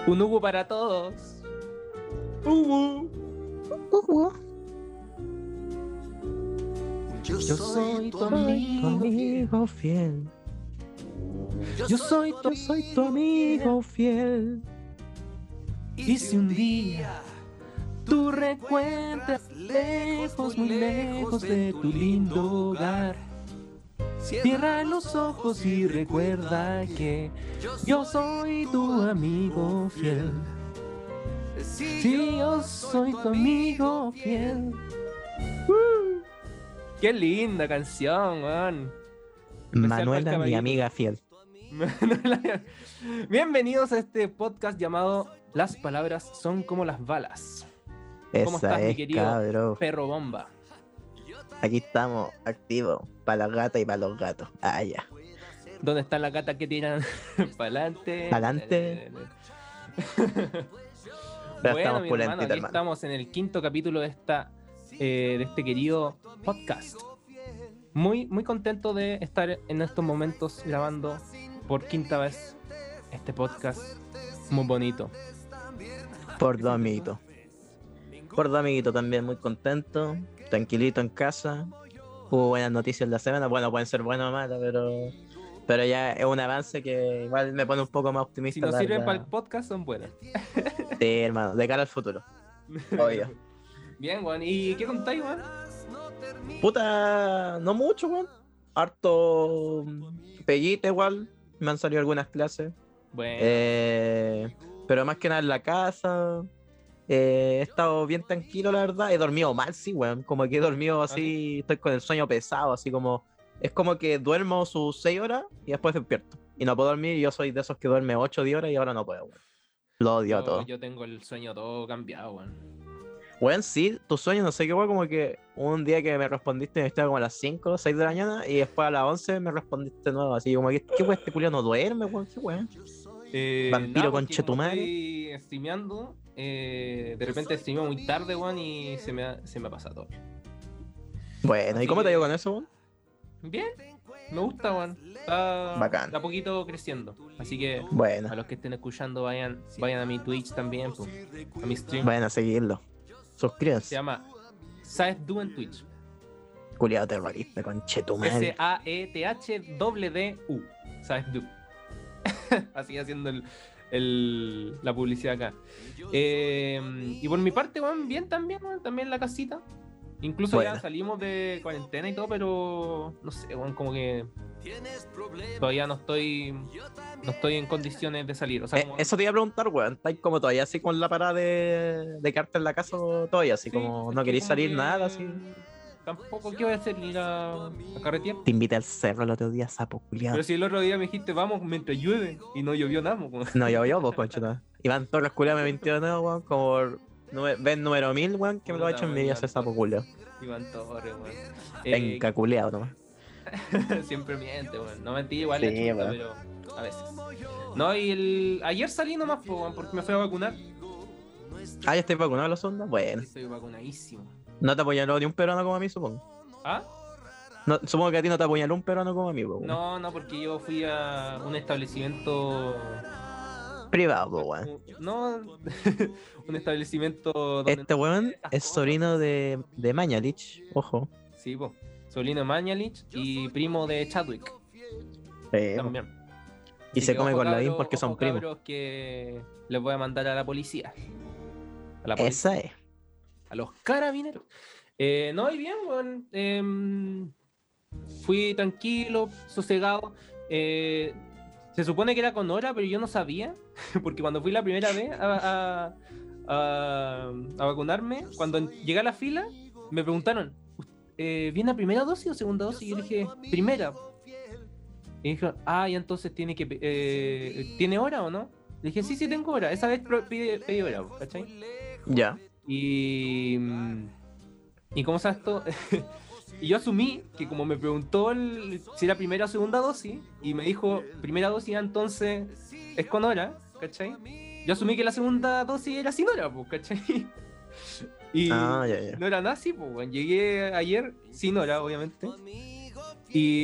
Un Hugo para todos. Hugo. Yo Yo soy tu amigo fiel. Yo soy tu amigo fiel. Y si un día tú recuerdas lejos, muy lejos de tu lindo hogar, cierra los ojos y recuerda que yo soy tu amigo fiel. Sí, yo soy tu amigo fiel. Qué linda canción, man. Especial para el Manuela, mi caballito. amiga fiel. Bienvenidos a este podcast llamado Las palabras son como las balas. ¿Cómo Esa estás, mi es, querido cabro. perro bomba? Aquí estamos, activos. Para las gatas y para los gatos. Ah, ya. ¿Dónde están las gatas que tiran para adelante? Pa'lante. Pero Bueno, estamos mi hermano, pulentitos, aquí hermano. estamos en el quinto capítulo de este querido podcast. Muy contento de estar en estos momentos grabando por quinta vez este podcast muy bonito. Por dos amiguitos. Por dos amiguitos también, muy contento. Tranquilito en casa. Hubo buenas noticias la semana. Bueno, pueden ser buenas o malas, pero ya es un avance que igual me pone un poco más Si optimista, nos la sirven para el verdad. podcast, son buenas. Sí, hermano, de cara al futuro. Obvio. Bien, Juan. ¿Y qué contáis, Juan? Puta, no mucho, weón. Harto peguita igual. Me han salido algunas clases. Buena, Juan. Pero más que nada en la casa. He estado bien tranquilo, la verdad. He dormido mal, sí, weón. Como que he dormido ¿Ah, sí? así, estoy con el sueño pesado, así como. Es como que duermo sus 6 horas y después despierto. Y no puedo dormir, y yo soy de esos que duerme 8 o 10 horas y ahora no puedo, weón. Lo odio a Yo, todo. yo tengo el sueño todo cambiado, Juan. Weón, sí, tu sueño, no sé qué, weón, como que un día que me respondiste me estaba como a las 5 o 6 de la mañana y después a las 11 me respondiste de nuevo, así como que, ¿qué weón, este culiao no duerme, weón? ¿Qué weón? Nada, Vampiro porque como conchetumare. estoy streameando, de repente streameo muy tarde, Juan, y se me ha pasado. Bueno, ¿y Así cómo te ha ido con que, eso, weón? bien, me gusta, Juan. Está Bacán. de a poquito creciendo. Así que, Bueno, a los que estén escuchando, vayan a mi Twitch también, po, a mi stream. vayan a seguirlo. Se Suscríbanse. llama Saezdu en Twitch. Culiado terrorista, conchetumare. Saethwdu. Saezdu. Así haciendo la publicidad acá. Y por mi parte, Juan, bien también, Juan, también la casita. Incluso ya Bueno, salimos de cuarentena y todo, pero no sé, Juan, como que todavía no estoy en condiciones de salir. O sea, como eso te iba a preguntar, weón. ¿Estáis como todavía así con la parada de quedarte en la casa o todavía así? sí, Como es no que queréis como salir nada, que así. tampoco quiero hacer ir a carretear. Te invité al cerro el otro día, sapo, Pero culiado. si el otro día me dijiste vamos mientras llueve y no llovió nada, pues. No, yo, pues, conchetumare. Iván Torres, culiado, me mintió de nuevo, weón. Como por ven número 1000, weón, que me lo ha Puta, hecho en mi weón, vida ese sapo, culiado. Iván Torres, weón. Venga, culiado nomás. Siempre miente, weón. No mentí, igual la Sí, chunta, weón. pero a veces. No, ayer salí nomás, po, weón, porque me fui a vacunar. Ah, ya estoy vacunado la sonda. Bueno, Estoy vacunadísimo. no te apuñaló ni un peruano como a mí, supongo. ¿Ah? No, supongo que a ti no te apuñaló un peruano como a mí, pues, weón. No, porque yo fui a un establecimiento. Privado, pues, weón. No, un establecimiento donde no Este se hacen weón estas es cosas. sobrino de Mañalich, ojo. Sí, po. Sobrino de Mañalich y primo de Chadwick Po. también. Y Así se que come ojo, con Lavín cabros, porque son ojo, primos. cabros, que les voy a mandar a la policía. A la policía. Esa es. A los carabineros. No, y bien, weón. Fui tranquilo, sosegado. Se supone que era con hora, pero yo no sabía. Porque cuando fui la primera vez a vacunarme, cuando llegué a la fila, me preguntaron, ¿viene a primera dosis o segunda dosis? Y yo le dije, primera. Y dijeron, y entonces ¿tiene hora o no? Le dije, sí, tengo hora. Esa vez pedí hora, ¿cachai? Ya. Y ¿cómo sabes esto? Y yo asumí que como me preguntó si era primera o segunda dosis, y me dijo primera dosis, entonces es con hora, ¿cachai? Yo asumí que la segunda dosis era sin hora, pues, ¿cachai? Y Ya. no era nada así, pues, bueno. Llegué ayer sin hora, obviamente.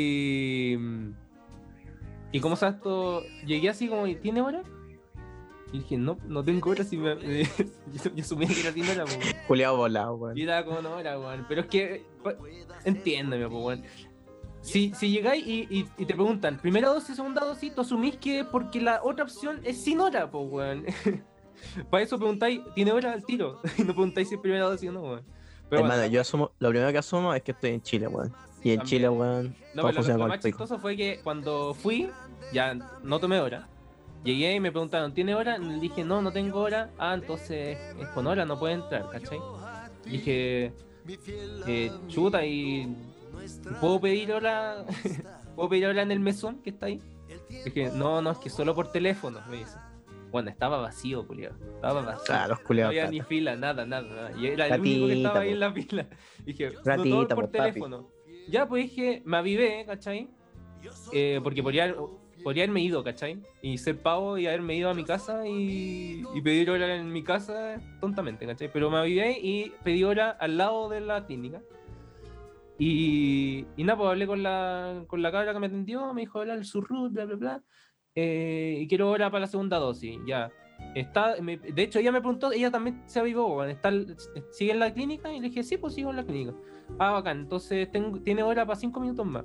Y ¿cómo sabes esto? Llegué así como, ¿tiene hora? Y dije, no tengo hora si yo asumía que era sin hora, po, weón. Culeado volado, weón. Y era como no hora, weón. Pero es que, entiéndeme, po, weón. Si llegáis y te preguntan, primera dosis, segunda dosis, tú asumís que porque la otra opción es sin hora, po, weón. Para eso preguntáis, ¿tiene hora al tiro? Y no preguntáis si es primera dosis o no, weón. Pero Hermano, bueno, yo asumo, lo primero que asumo es que estoy en Chile, weón. Y en también. Chile, weón, No, todo pero funciona lo con más el pico. chistoso fue que cuando fui, ya no tomé hora. Llegué y me preguntaron, ¿tiene hora? Y le dije, no tengo hora. Ah, entonces es con hora, no puede entrar, ¿cachai? Dije, chuta, y ¿puedo pedir hora? ¿Puedo pedir hora en el mesón que está ahí? Dije, no, es que solo por teléfono, me dice. Bueno, estaba vacío, culiao. Estaba vacío. Ah, los No culiados había ni plata. fila, nada. Y era el único que estaba Ratita, ahí po. en la fila. Dije, no todo Ratita, por po, papi. teléfono. Ya, pues dije, me avivé, ¿cachai? Porque podría haberme ido, ¿cachai? Y ser pavo y haberme ido a mi casa y pedir hora en mi casa tontamente, ¿cachai? Pero me avivé y pedí hora al lado de la clínica. Y nada, pues hablé con la cabra que me atendió, me dijo hablar el surrut, bla, bla, bla. Y quiero hora para la segunda dosis, ya. De hecho, ella me preguntó, ella también se avivó, weón, ¿sigue en la clínica? Y le dije, sí, pues sigo en la clínica. Ah, bacán, entonces tiene hora para 5 minutos más.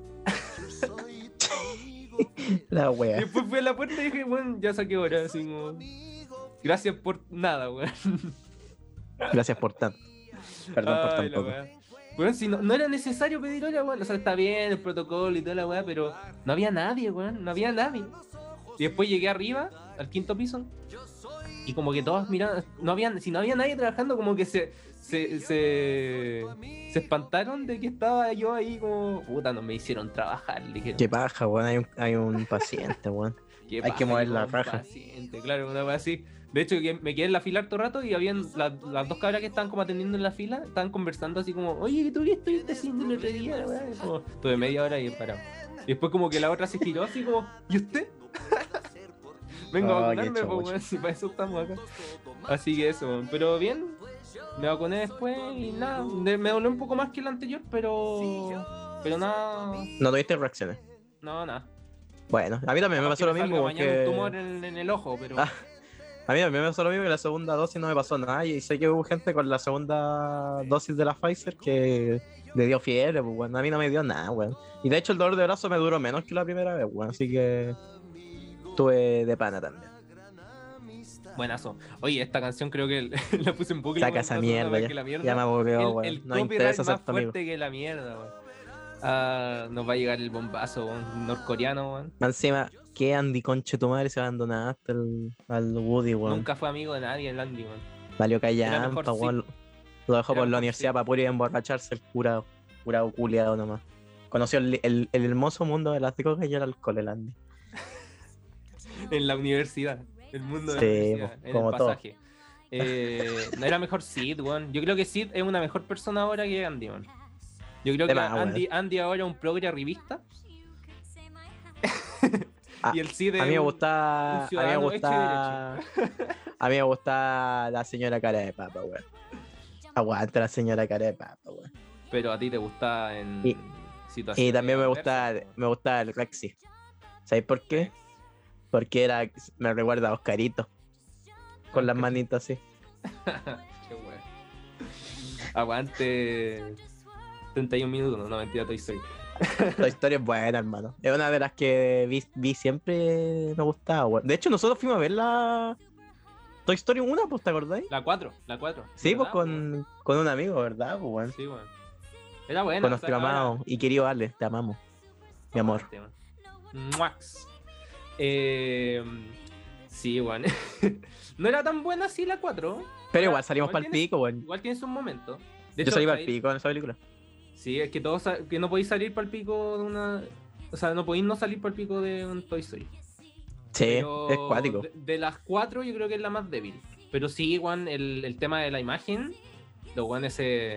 La Y wea. después fui a la puerta y dije, bueno, ya saqué hora, así como, gracias por nada, weón. Gracias por tanto. Perdón por Ay, tan la poco. weá. Weón, si no era necesario pedir hora, weón. O sea, está bien el protocolo y toda la weá, pero no había nadie, weón. No había nadie. Y después llegué arriba, al quinto piso, y como que todos miraban, si no había nadie trabajando, como que se espantaron de que estaba yo ahí como, puta, no me hicieron trabajar, le dijeron. Qué paja, weón. Hay un paciente, weón. ¿Qué Hay que pasa mover aquí la con un raja. paciente? Claro, una weá así. De hecho, que me quedé en la fila harto rato y habían las dos cabras que estaban como atendiendo en la fila, estaban conversando así como, oye, ¿tú qué estuviste haciendo el otro día? La weá? Y como, tuve media hora y he parado. Y después como que la otra se giró así como, ¿y usted? Vengo a Oh, qué vacunarme, pues chucha. weón, si para eso estamos acá. Así que eso, weón. Pero bien, me vacuné después y nada, me dolió un poco más que el anterior, pero nada, ¿No tuviste reacciones? nada. Bueno, a mí también me Capaz que pasó me lo salga mismo mañana un porque... tumor en el ojo, pero... Ah, a mí también me pasó lo mismo que la segunda dosis no me pasó nada y sé que hubo gente con la segunda dosis de la Pfizer que le dio fiebre, pues bueno, a mí no me dio nada, weón. Y de hecho el dolor de brazo me duró menos que la primera vez, weón, así que tuve de pana también. Buenazo. Oye, esta canción creo que la puse en bucle, Saca weón, esa está sonando mierda más ya, que la ya me mierda. aburrió, weón, El no copyright interesa ser más tu amigo. fuerte que la mierda, weón. Ah, nos va a llegar el bombazo, weón, norcoreano, weón. Más encima, ¿qué Andy conche tu madre se abandonaste al Woody, weón? Nunca fue amigo de nadie el Andy, weón. Valió Era mejor callampa, Sid. weón. Lo dejó Era por la mejor universidad Sid. para puro ir a emborracharse el curado. Curado culiado nomás. Conoció el hermoso mundo de las drogas y el alcohol, el Andy. En la universidad. El mundo de la Sí, pues, universidad. En el como todo. pasaje. No era mejor Sid, weón. Yo creo que Sid es una mejor persona ahora que Andy, weón. Yo creo De que más, weón. Andy ahora es un progre arribista. Ah, Y el Cid a es mí me un gusta. A mí me ciudadano hecho y derecho. gusta. A mí me gusta la señora cara de papa, weón. Aguanta la señora cara de papa, weón. Pero a ti te gusta Y, en y situaciones también adversas. me gusta el Rexy. ¿Sabéis por qué? Porque me recuerda a Oscarito. Con las manitas así. Qué weón. Aguante 31 minutos, no mentira, Toy Story. La historia es buena, hermano. Es una de las que vi siempre me gustaba, weón. De hecho, nosotros fuimos a ver la Toy Story 1, pues, ¿te acordáis? La 4. Sí, pues ¿Verdad, con un amigo, ¿verdad? Pues, weón. Sí, weón. Era buena. Con O sea, nuestro ahora... amado y querido Ale, te amamos, mi amor. Aguante, weón. Muax. Sí, weón. No era tan buena así la 4. Pero igual salimos para el tiene, pico, weón. igual tiene sus momentos. De Yo hecho, salí para el ¿sabéis? pico en esa película. Sí, es que que no podéis salir para el pico de una. O sea, no podéis no salir para el pico de un Toy Story. Sí, Pero es cuático. de las 4 yo creo que es la más débil. Pero sí, Juan, el tema de la imagen, los guanes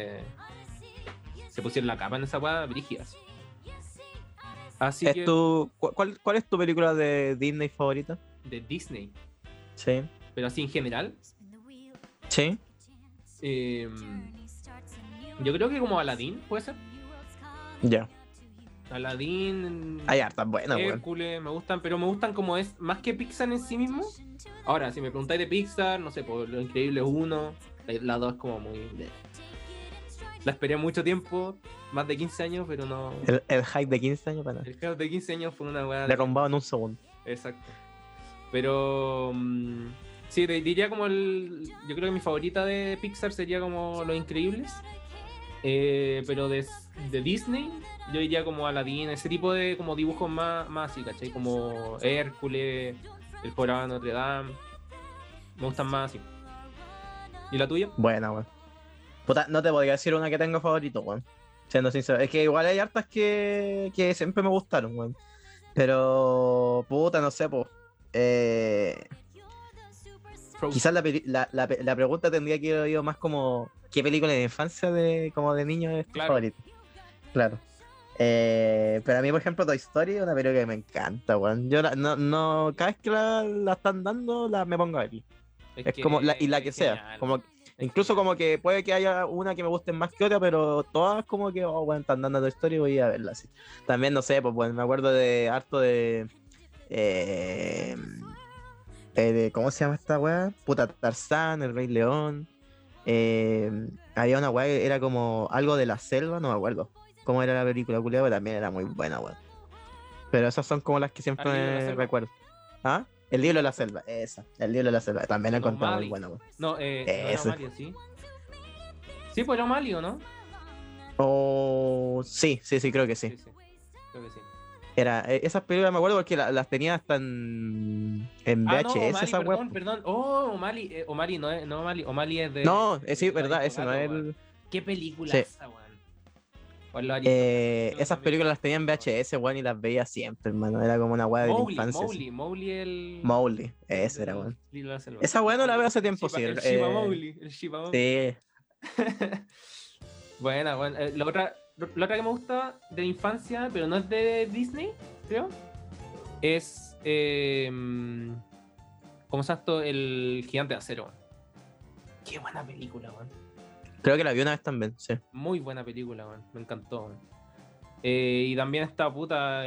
se pusieron la capa en esa weá brígidas. Así que ¿Cuál es tu película de Disney favorita? de Disney, Sí. pero así en general, Sí. yo creo que como Aladdin, puede ser. Ya. Aladdin, Hay hartas buenas, weón. Hércules, me gustan, pero me gustan como es más que Pixar en sí mismo. Ahora, si me preguntáis de Pixar, no sé, por Lo Increíble 1, la 2 es como muy... La esperé mucho tiempo, más de 15 años, pero no... El hype de 15 años para nada. El hype de 15 años fue una weá... Derrumbado en un segundo. Exacto. Pero... sí, diría como yo creo que mi favorita de Pixar sería como Los Increíbles. Pero de Disney, yo diría como Aladdin, ese tipo de como dibujos más así, ¿cachai? Como Hércules, El Jorobado de Notre Dame. Me gustan más así. ¿Y la tuya? Buena, weón. Puta, no te podría decir una que tengo favorito, weón. Siendo sincero. Es que igual hay hartas que siempre me gustaron, weón. Pero, puta, no sé, pues. Quizás la pregunta tendría que haber ido más como ¿qué película de infancia como de niño es tu Claro. favorita? Claro. Pero a mí, por ejemplo, Toy Story es una película que me encanta, weón. Yo no, cada vez que la están dando, me pongo a verla. Es como la que es sea. genial, Como, es incluso genial. como que puede que haya una que me guste más que otra, pero todas como que, oh, bueno, están dando Toy Story y voy a verla así. También, no sé, pues bueno, me acuerdo de harto eh, ¿cómo se llama esta weá? Puta, Tarzán, El Rey León. Había una weá que era como algo de la selva, no me acuerdo cómo era la película, culiao, pero también era muy buena, weá. Pero esas son como las que Ah, siempre El Libro de la me Selva. recuerdo. ¿Ah? El El libro Libro de de la la Selva. selva, esa. El libro de la selva, también la Con encontraba muy O'Malley. buena, weá. No, no era Ese. O'Malley, ¿sí? Sí, pues era O'Malley, ¿o no? Oh, sí, creo que sí. Sí, sí, creo que sí. Esas películas me acuerdo porque las tenía hasta en Ah, no, VHS, O'Malley, esa web. perdón. Oh, O'Malley, O'Malley no es, no O'Malley, O'Malley es No, de sí, los verdad, ese no Aristogatos, es weón. el. Qué película Sí. esa, weón. O los Aristogatos Esas también me películas las tenía en encantaba, weón. VHS, weón, y las veía siempre, hermano. Era como una weá de la infancia, así. Mowgli Mowgly, el ese era, del weón. libro de la selva. Esa weá no la veo hace tiempo, sí. El Shiba Mowgli, el Shiba Mowgli. Sí, Buena, bueno. La otra que me gusta de infancia, pero no es de Disney, creo, es. ¿Cómo se llama esto? El Gigante de Acero, weón. Qué buena película, weón. creo que la vi una vez también, sí. Muy buena película, weón. Me encantó, weón. Y también esta puta,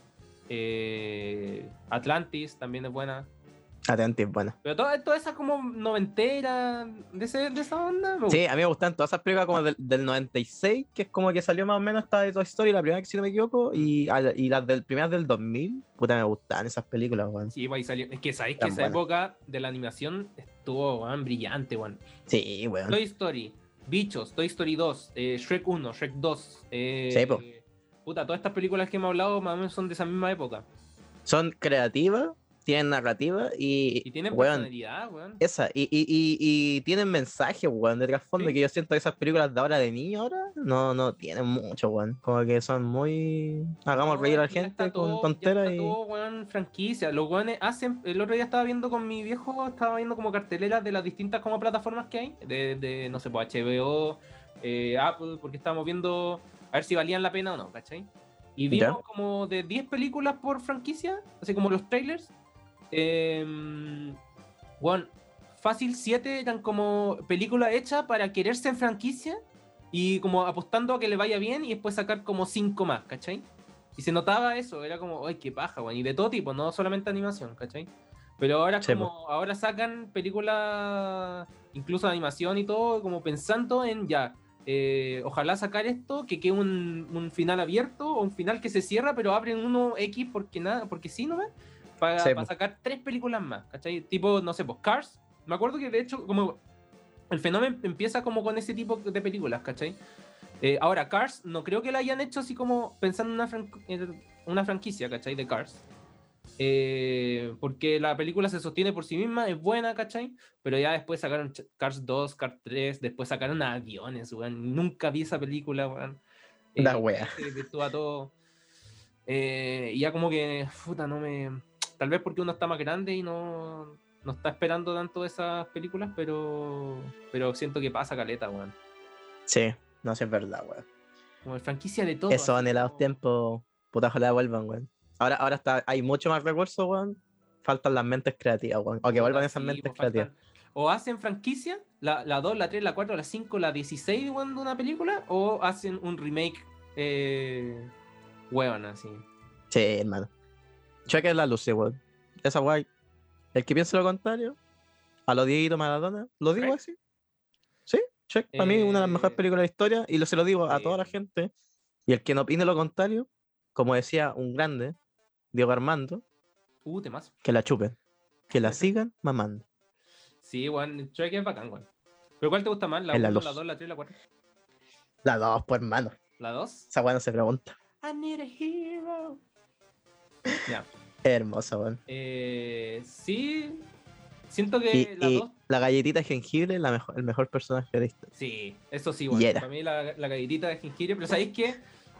Atlantis, también es buena. Atenti, bueno. Pero toda esa como noventera, de esa onda, me gusta. Sí, a mí me gustan todas esas películas como del 96, que es como que salió más o menos esta de Toy Story, la primera que si no me equivoco, y las primeras del 2000, puta, me gustan esas películas, weón. Sí, pues ahí salió. Es que sabéis que Tan esa buenas. época de la animación estuvo, weón, brillante, weón. Sí, weón. Toy Story, Bichos, Toy Story 2, Shrek 1, Shrek 2. Sí, po. Puta, todas estas películas que hemos hablado más o menos son de esa misma época. Son creativas, tienen narrativa Y y, tienen weón, personalidad, weón. esa, y tienen mensajes, weón, de trasfondo, Sí. que yo siento que esas películas de ahora de niño ahora no tienen mucho, weón. Como que son muy... Hagamos No, reír a es la que ya gente está con todo, ya tonteras está y... todo, weón, franquicia. Los weones hacen. El otro día estaba viendo con mi viejo, estaba viendo como carteleras de las distintas como plataformas que hay. De no sé, pues HBO, Apple, porque estábamos viendo a ver si valían la pena o no, ¿cachai? Y ¿Ya? vimos como de 10 películas por franquicia, así como los trailers. Bueno, fácil 7 eran como películas hechas para quererse en franquicia y como apostando a que le vaya bien y después sacar como 5 más, ¿cachai? Y se notaba eso, era como, ¡ay, qué paja, weón! Y de todo tipo, no solamente animación, ¿cachai? Pero ahora es Sí, po. como, ahora sacan películas, incluso de animación y todo, como pensando en ya, ojalá sacar esto, que quede un final abierto o un final que se cierra, pero abren uno X porque nada, porque sí, ¿no? Sí, Para po. sacar 3 películas más, ¿cachai? Tipo, no sé, pues Cars. Me acuerdo que de hecho, como el fenómeno empieza como con ese tipo de películas, ¿cachai? Ahora, Cars, no creo que la hayan hecho así como pensando en una franquicia, ¿cachai? De Cars. Porque la película se sostiene por sí misma, es buena, ¿cachai? Pero ya después sacaron Cars 2, Cars 3, después sacaron aviones, weón. Nunca vi esa película, weón. La Y wea. ahí se desvirtúa todo. Y ya como que, puta, no me... Tal vez porque uno está más grande y no está esperando tanto esas películas, pero siento que pasa caleta, weón. Sí, no sé, es verdad, weón. Como de franquicia de todo, Esos así anhelados como... tiempos, puta, ojalá vuelvan, weón. Ahora hay mucho más recursos, weón. Faltan las mentes creativas, weón. O que Puta, vuelvan esas sí, mentes pues creativas. faltan... O hacen franquicia, la 2, la 3, la 4, la 5, la 16, weón, de una película, o hacen un remake Weón, así. Sí, hermano. Shrek es la luz, sí, weón. Esa guay. El que piense lo contrario, a lo Dieguito Maradona, lo digo ¿Shrek? así. Sí, Shrek, para mí, una de las mejores Eh, películas de la historia, y se lo digo a sí, toda la weón. gente. Y el que no opine lo contrario, como decía un grande, Diego Armando, Temas. que la chupen, que la sigan mamando. Sí, weón, Shrek es bacán, weón. ¿Pero cuál te gusta más? ¿La En la uno, la luz. 2, la 3, la 4? La dos, pues, hermano. ¿La 2? Esa weá no se pregunta. I need a hero. Ya. Hermosa, weón. Sí, siento Y, que la y 2. la galletita de jengibre, el mejor personaje de la historia. Sí, eso sí, Y bueno. era. Para mí la galletita de jengibre, pero ¿sabéis qué?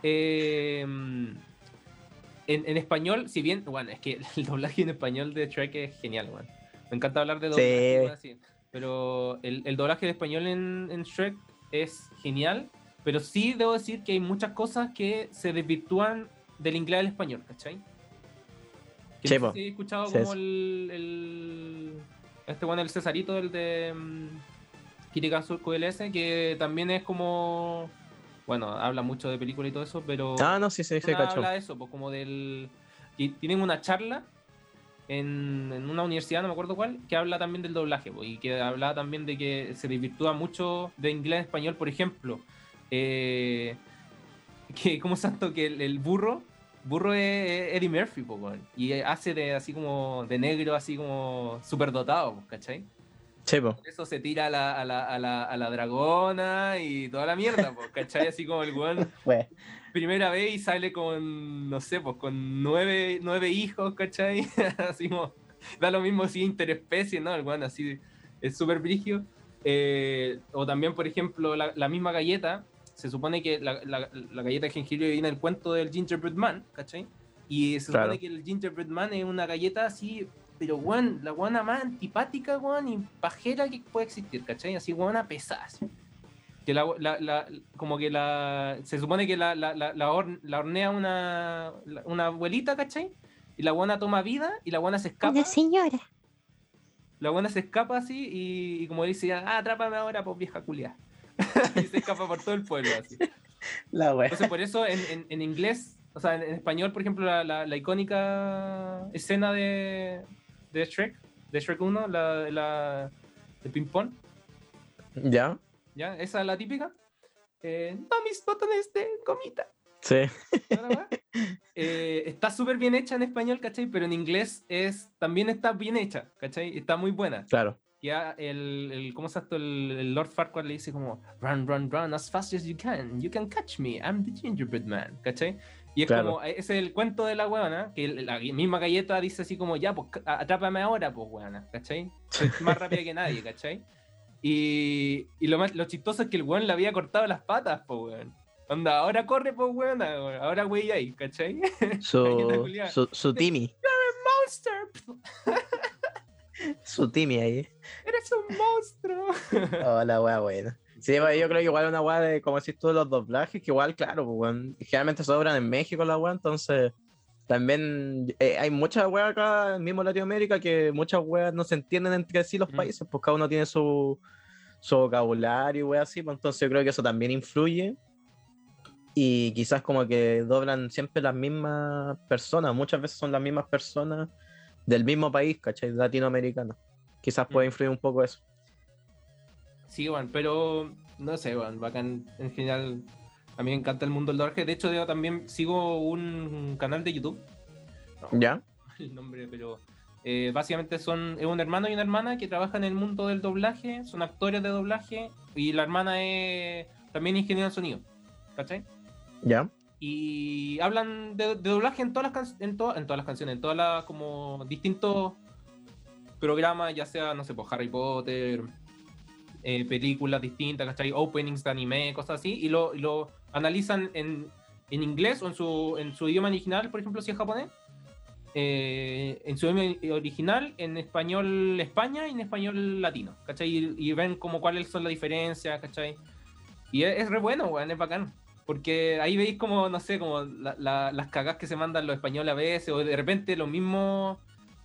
En español, si bien, bueno, es que el doblaje en español de Shrek es genial, bueno. Me encanta hablar de doblaje y Sí, bueno, así. Pero el doblaje de español en Shrek es genial, pero sí debo decir que hay muchas cosas que se desvirtúan del inglés al español, ¿cachai? Que no sé chepo. si he escuchado Sí, como eso. este bueno, el Cesarito, el de Kirika Sur QLS, que también es como, bueno, habla mucho de película y todo eso, pero Ah, no, sí, sí, sí, una cacho. habla de eso, pues como y tienen una charla en una universidad, no me acuerdo cuál, que habla también del doblaje, pues, y que habla también de que se desvirtúa mucho de inglés a español, por ejemplo. eh, que como santo que el burro es Eddie Murphy, po, weón, y hace de así como de negro, así como súper dotado, pues, ¿cachai? Chepo. Por eso se tira a la dragona y toda la mierda, pues, ¿cachai? Así como el weón Fue. primera vez y sale con, no sé, pues con nueve hijos, ¿cachai? Así como, da lo mismo si interespecie, ¿no? El weón así es súper brígido. O también, por ejemplo, la misma galleta, se supone que la galleta de jengibre viene del cuento del Gingerbread Man, ¿cachai? Y se supone Claro. que el Gingerbread Man es una galleta así, pero weón, la guana más antipática, weón, y pajera que puede existir, ¿cachai? Así, guana pesada. Así. Que como que se supone que la hornea una abuelita, ¿cachai? Y la guana toma vida y la guana se Una escapa. señora. La guana se escapa así y como dice, atrápame ahora, pues vieja culia. Y se escapa por todo el pueblo así. La wea. Entonces, por eso en inglés, o sea, en español, por ejemplo, la icónica escena de Shrek 1, de ping-pong, ¿Ya? ¿ya? Esa es la típica. No, mis botones de gomita. Sí. ¿Toda la weá? Está súper bien hecha en español, ¿cachai? Pero en inglés también está bien hecha, ¿cachai? Está muy buena. Claro. Ya ¿cómo se llama esto? El Lord Farquaad le dice como, run, run, run as fast as you can catch me, I'm the gingerbread man, ¿cachai? Y es Claro. como, ese es el cuento de la weona, que la misma galleta dice así como, ya, pues atrápame ahora, pues weona, ¿cachai? Soy más rápida que nadie, ¿cachai? Y lo chistoso es que el weón le había cortado las patas, pues weón. Onda, ahora corre, pues weón, ahora wey ahí, ¿cachai? Galleta Su, culiada. su, su Timmy. Monster, Su Timmy ahí. eres un monstruo. Oh, la wea buena. Sí, pues, yo creo que igual una wea de, como decís tú, de los doblajes, que igual, claro, pues, weón, generalmente sobran en México la wea, entonces también hay muchas weas acá, mismo en Latinoamérica, que muchas weas no se entienden entre sí los países, pues cada uno tiene su vocabulario y weas así, pues entonces yo creo que eso también influye. Y quizás como que doblan siempre las mismas personas, muchas veces son las mismas personas del mismo país, ¿cachai? Latinoamericano. Quizás puede influir un poco eso. Sí, bueno, pero no sé, bueno, bacán en general. A mí me encanta el mundo del doblaje. De hecho, yo también sigo un canal de YouTube. No, ¿Ya? el nombre, pero básicamente es un hermano y una hermana que trabajan en el mundo del doblaje, son actores de doblaje y la hermana es también ingeniera de sonido, ¿cachai? ¿Ya? Y hablan de doblaje en todas en todas las canciones, en todas las como distintos programas, ya sea, no sé, pues Harry Potter, películas distintas, ¿cachai? Openings de anime, cosas así, y lo analizan en inglés o en su idioma original, por ejemplo, si es japonés, en su idioma original, en español España y en español latino, ¿cachai? Y ven como cuáles son las diferencias, ¿cachai? Y es re bueno, weón, es bacán. Porque ahí veis como, no sé, como las cagás que se mandan los españoles a veces, o de repente los mismos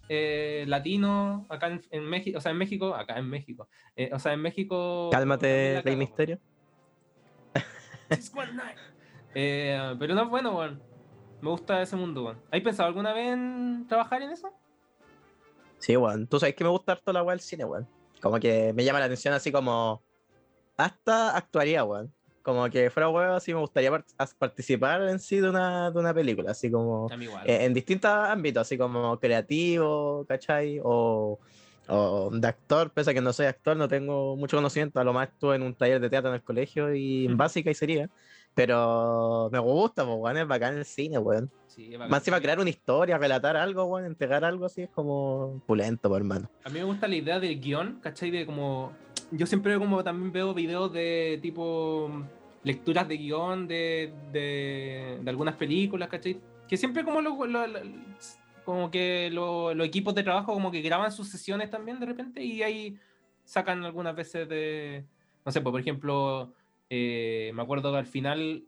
latinos acá en México, o sea, en México, acá en México, o sea, en México también Cálmate, la Rey cagan, weón. Misterio. Just one night. Pero no es bueno, weón. Me gusta ese mundo, weón. ¿Has pensado alguna vez en trabajar en eso? Sí, weón. Tú sabes que me gusta harto la weá del cine, weón. Como que me llama la atención así como... Hasta actuaría, weón. Como que fuera weón, así me gustaría participar en sí de una película, así como A mí igual. en distintos ámbitos, así como creativo, ¿cachai? O de actor, pese a que no soy actor, no tengo mucho conocimiento, a lo más estuve en un taller de teatro en el colegio y en básica y sería. Pero me gusta, pues, weón, es bacán el cine, weón. Sí, es Más bacán. encima crear una historia, relatar algo, weón, entregar algo así es como pulento, pues, hermano. A mí me gusta la idea del guión, ¿cachai? De como... Yo siempre como también veo videos de tipo lecturas de guión de algunas películas, ¿cachai? Que siempre como como que los equipos de trabajo como que graban sus sesiones también de repente y ahí sacan algunas veces de... No sé, pues por ejemplo, me acuerdo que al final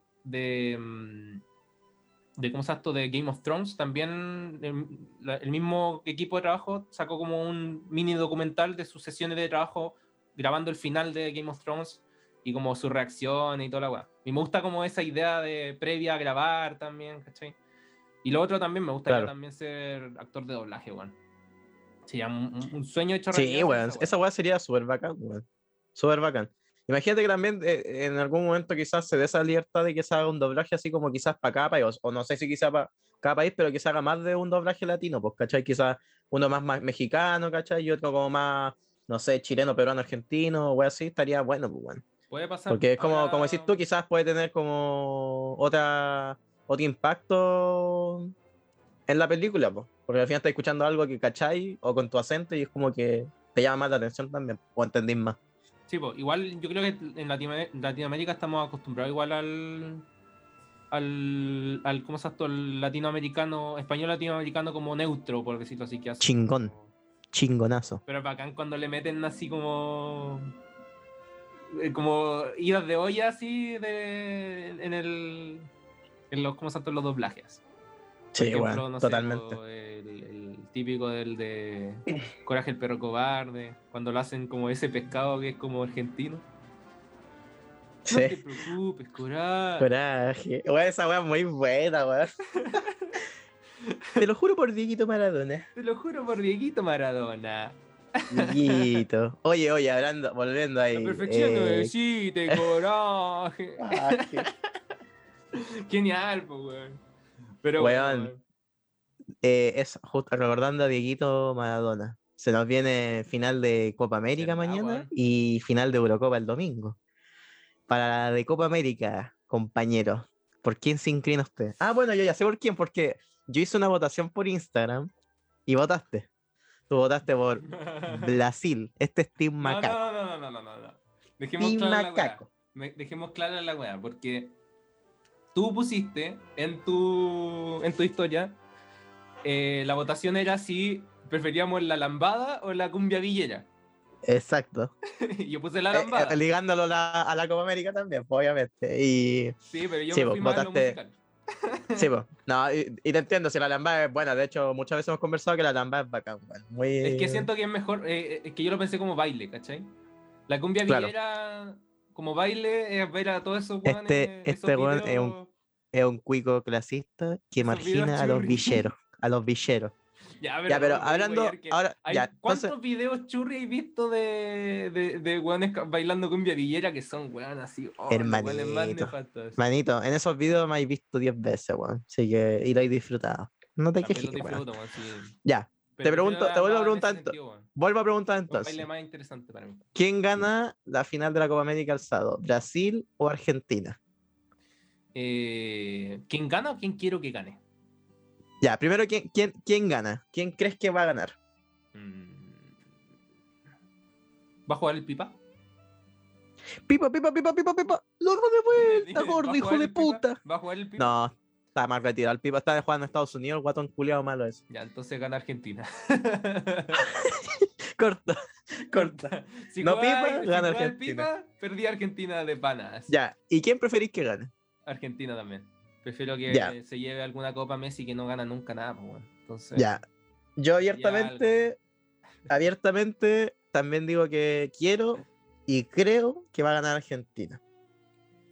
de cómo se llama esto de Game of Thrones, también el mismo equipo de trabajo sacó como un mini documental de sus sesiones de trabajo grabando el final de Game of Thrones y como su reacción y toda la weá. Y me gusta como esa idea de previa a grabar también, ¿cachai? Y lo otro también, me gustaría Claro. también ser actor de doblaje, weón. Sería un sueño hecho Sí, realidad hacer weón, esa weá. esa weá sería súper bacán, weón. Súper bacán. Imagínate que también en algún momento quizás se dé esa libertad de que se haga un doblaje así como quizás para cada país, o no sé si quizás para cada país, pero que se haga más de un doblaje latino, pues, ¿cachai? Quizás uno más mexicano, ¿cachai? Y otro como más, no sé, chileno, peruano, argentino, o así, estaría bueno, pues, weón. Puede pasar. Porque es como decís Ahora, tú, quizás puede tener como otro impacto en la película, pues. Porque al final estás escuchando algo que cachai o con tu acento y es como que te llama más la atención también, o entendís más. sí, pues, igual yo creo que en Latinoamérica estamos acostumbrados igual ¿cómo se llama esto? El latinoamericano, español latinoamericano como neutro, por decirlo así, que hace Chingón, como... chingonazo. Pero es bacán cuando le meten así como idas de olla así en los, ¿cómo se llama? En los doblajes. Por Sí, weón, ejemplo, no sé, totalmente. po, el típico del de Coraje el perro cobarde, cuando lo hacen como ese pescado que es como argentino. No Sí, te preocupes, Coraje. coraje. Weón, esa weá es muy buena, weón. Te lo juro por Dieguito Maradona. Te lo juro por Dieguito Maradona. Dieguito. Oye, hablando, volviendo La ahí. perfección no existe, coraje. Coraje. Genial, pues, weón. Pero bueno, Weón, weón. es justo recordando a Dieguito Maradona. Se nos viene final de Copa América ¿Verdad, mañana weón? y final de Eurocopa el domingo. Para la de Copa América, compañero, ¿por quién se inclina usted? Ah, bueno, yo ya sé por quién, porque yo hice una votación por Instagram y votaste. Tú votaste por Brasil. Este es Team No, Macaco. no, no, no, no, no, no, no. Dejemos Team clara la weá. Macaco. Dejemos clara la weá, porque tú pusiste en tu historia, la votación era si preferíamos la lambada o la cumbia villera. Exacto. Y yo puse la lambada. Ligándolo a la Copa América también, pues, obviamente. Y Sí, pero yo sí, me pues, fui más en lo votaste. musical. Sí, pues. No, y te entiendo, si la lambada es buena. De hecho, muchas veces hemos conversado que la lambada es bacán, weón. Es que Muy. siento que es mejor, es que yo lo pensé como baile, ¿cachai? La cumbia Claro. villera como baile es ver a todos esos Este, weones, este weón es un cuico clasista que esos videos margina a los churri. villeros. A los villeros. Ya, Ya, pero pero podéis hablando, weyar que ahora, ya, entonces, ¿cuántos videos churri hay visto de weones bailando cumbia villera que son weones así? Oh, los weones más hermanito, nefastos. manito, en esos videos me habéis visto 10 veces, weón. Así que, y lo he disfrutado. No te También quejes, lo weón. disfruto, weón, sí. Ya, Pero prefiero la te vuelvo a lambada en ese preguntar, sentido, weón. vuelvo a preguntar Es un baile entonces. más interesante para mí. ¿Quién gana la final de la Copa América alzado? ¿Brasil o Argentina? ¿Quién gana o quién quiero que gane? Ya, primero, ¿quién gana? ¿Quién crees que va a ganar? Mm, ¿Va a jugar el Pipa? Pipa, pipa, pipa, pipa, pipa. Logro de vuelta, ¿Va gordo, a hijo jugar de el Pipa? puta. ¿Va a jugar el Pipa? No, está mal retirado. El Pipa está jugando en Estados Unidos, el guatón culiado malo es. Ya, entonces gana Argentina. Corta, corta. Corta. Si No juega, Pipa, si gana juega el Argentina. Pipa, perdí a Argentina de panas. Ya, ¿y quién preferís que gane? Argentina también. Prefiero Ya, que se lleve alguna copa Messi que no gana nunca nada, pues, bueno. Entonces, ya. Yo ya algo, weón. abiertamente, también digo que quiero y creo que va a ganar Argentina.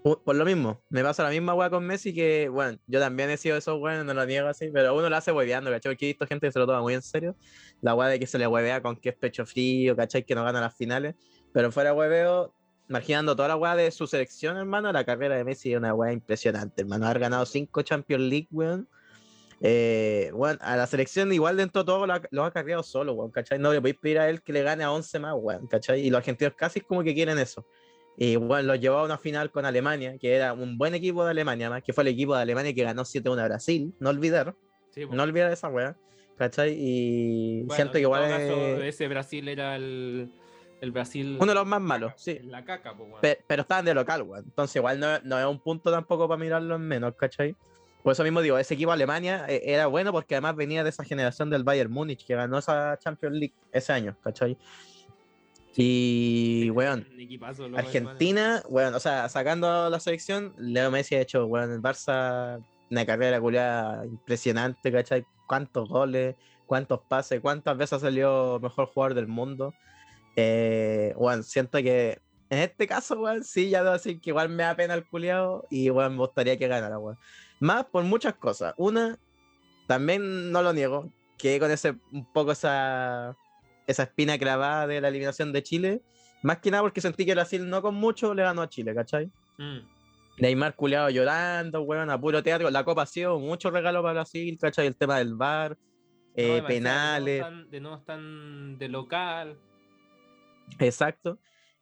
Por lo mismo, me pasa la misma weá con Messi que, bueno, yo también he sido de esos weones, no lo niego así, pero uno lo hace hueveando, ¿cachai? Porque he visto gente que se lo toma muy en serio. La weá de que se le huevea con que es pecho frío, ¿cachai? Que no gana las finales. Pero fuera hueveo, marginando toda la weá de su selección, hermano, la carrera de Messi es una weá impresionante, hermano. Haber ganado 5 Champions League, weón. Bueno, a la selección igual dentro de todo lo ha cargado solo, weón, ¿cachai? No le podéis pedir a él que le gane a 11 más, weón, ¿cachai? Y los argentinos casi como que quieren eso. Y bueno, lo llevó a una final con Alemania, que era un buen equipo de Alemania, más que fue el equipo de Alemania que ganó 7-1 a Brasil, Sí, pues. no olvidar esa weá, ¿cachai? Y Bueno, siento que en igual todo caso, es ese Brasil era el Brasil uno de los más en malos, sí, en la caca, pues, weón. pero estaban de local, weón. Entonces igual no es un punto tampoco para mirarlo en menos, ¿cachai? Por eso mismo digo, ese equipo Alemania era bueno porque además venía de esa generación del Bayern Múnich que ganó esa Champions League ese año, ¿cachai? Sí, Y, weón, un equipazo los alemanes. Argentina, bueno, o sea, sacando la selección, Leo Messi ha hecho, bueno, el Barça una carrera culiada impresionante, ¿cachai? Cuántos goles, cuántos pases, cuántas veces salió mejor jugador del mundo. Bueno, siento que en este caso, weón, sí, ya debo decir que igual me da pena el culiado y, bueno, me gustaría que ganara, weón. Más por muchas cosas. Una, también no lo niego, que con ese, un poco esa espina clavada de la eliminación de Chile. Más que nada porque sentí que Brasil no con mucho le ganó a Chile, ¿cachai? Mm. Neymar culeado llorando, weón, a puro teatro. La Copa ha sido mucho regalo para Brasil, ¿cachai? El tema del VAR, No, y me decía, penales, de nuevo están de local. exacto.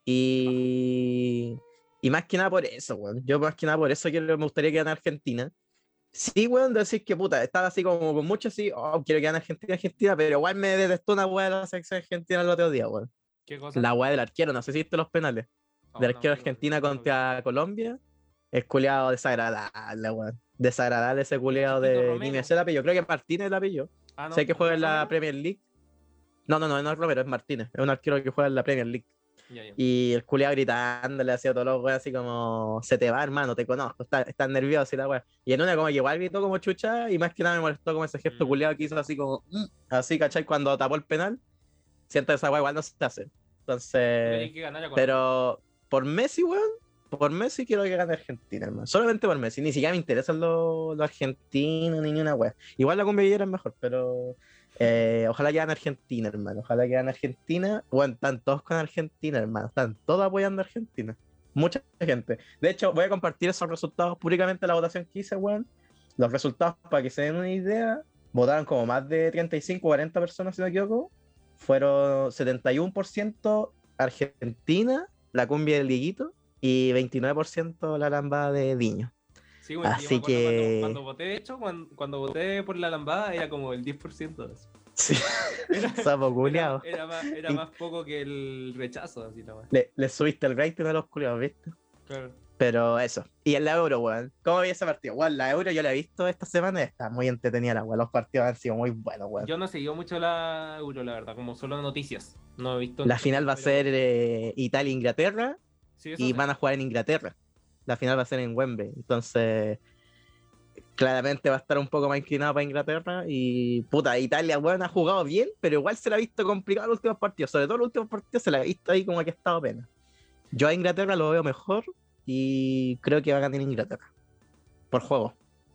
Y, y más que nada por eso, weón. Yo más que nada por eso me gustaría que gane Argentina. Sí, weón, decir que puta, estaba así como con mucho así, oh, quiero que gane Argentina, Argentina, pero igual me detestó una weá de la selección argentina el otro día, weón. ¿Qué cosa? La weá del arquero, no sé si viste los penales. Oh, Del no, arquero Argentina no lo vi. contra Colombia. El culiado desagradable, weón. Desagradable ese El culiado chiquito de. Ni me Romero. sé el apellido, creo que Martínez el apellido. Ah, Sé no, que ¿no juega es en la Romero? Premier League. No es Romero, es Martínez. Es un arquero que juega en la Premier League. Ya, ya. Y el culiado gritándole así a todos los weones, así como: Se te va, hermano, te conozco, estás nervioso y la wea. Y en una, como que igual gritó como chucha, y más que nada me molestó como ese gesto Mm. culiado que hizo así como: Así, ¿cachai? Cuando tapó el penal. Siento que esa wea igual no se hace. Tú Entonces. querías que ganara Colombia. Pero por Messi, weón. Por Messi quiero que gane Argentina, hermano. Solamente por Messi. Ni siquiera me interesan los argentinos ni una wea. Igual la cumbia villera es mejor, pero ojalá que gane Argentina, hermano. Ojalá que gane Argentina. Bueno, están todos con Argentina, hermano. Están todos apoyando a Argentina. Mucha gente. De hecho, voy a compartir esos resultados públicamente en la votación que hice, weón. Los resultados, para que se den una idea, votaron como más de 35 o 40 personas, si no me equivoco. Fueron 71% Argentina, la cumbia del Dieguito, y 29% la lambada de Diño. Sí, bueno, yo me Así acuerdo que cuando voté, de hecho, cuando voté por la lambada era como el 10% de eso. sí, Era, sapo culiao. era Y más poco que el rechazo, así nomás. le subiste el rating a los culiados, ¿viste? Claro. Pero eso. Y en la Euro, weón. ¿Cómo vi ese partido? Weón, la Euro yo la he visto esta semana y está muy entretenida la weón. Los partidos han sido muy buenos, weón. Yo no seguí mucho la Euro, la verdad, como solo noticias. No he visto La entero, final va a ser pero Italia-Inglaterra sí, eso y sé. van a jugar en Inglaterra. La final va a ser en Wembley. Entonces, claramente va a estar un poco más inclinado para Inglaterra. Y puta, Italia, bueno, ha jugado bien, pero igual se la ha visto complicado los últimos partidos. Sobre todo los últimos partidos se la ha visto ahí como que ha estado pena. Yo a Inglaterra lo veo mejor y creo que va a ganar Inglaterra. Por juego.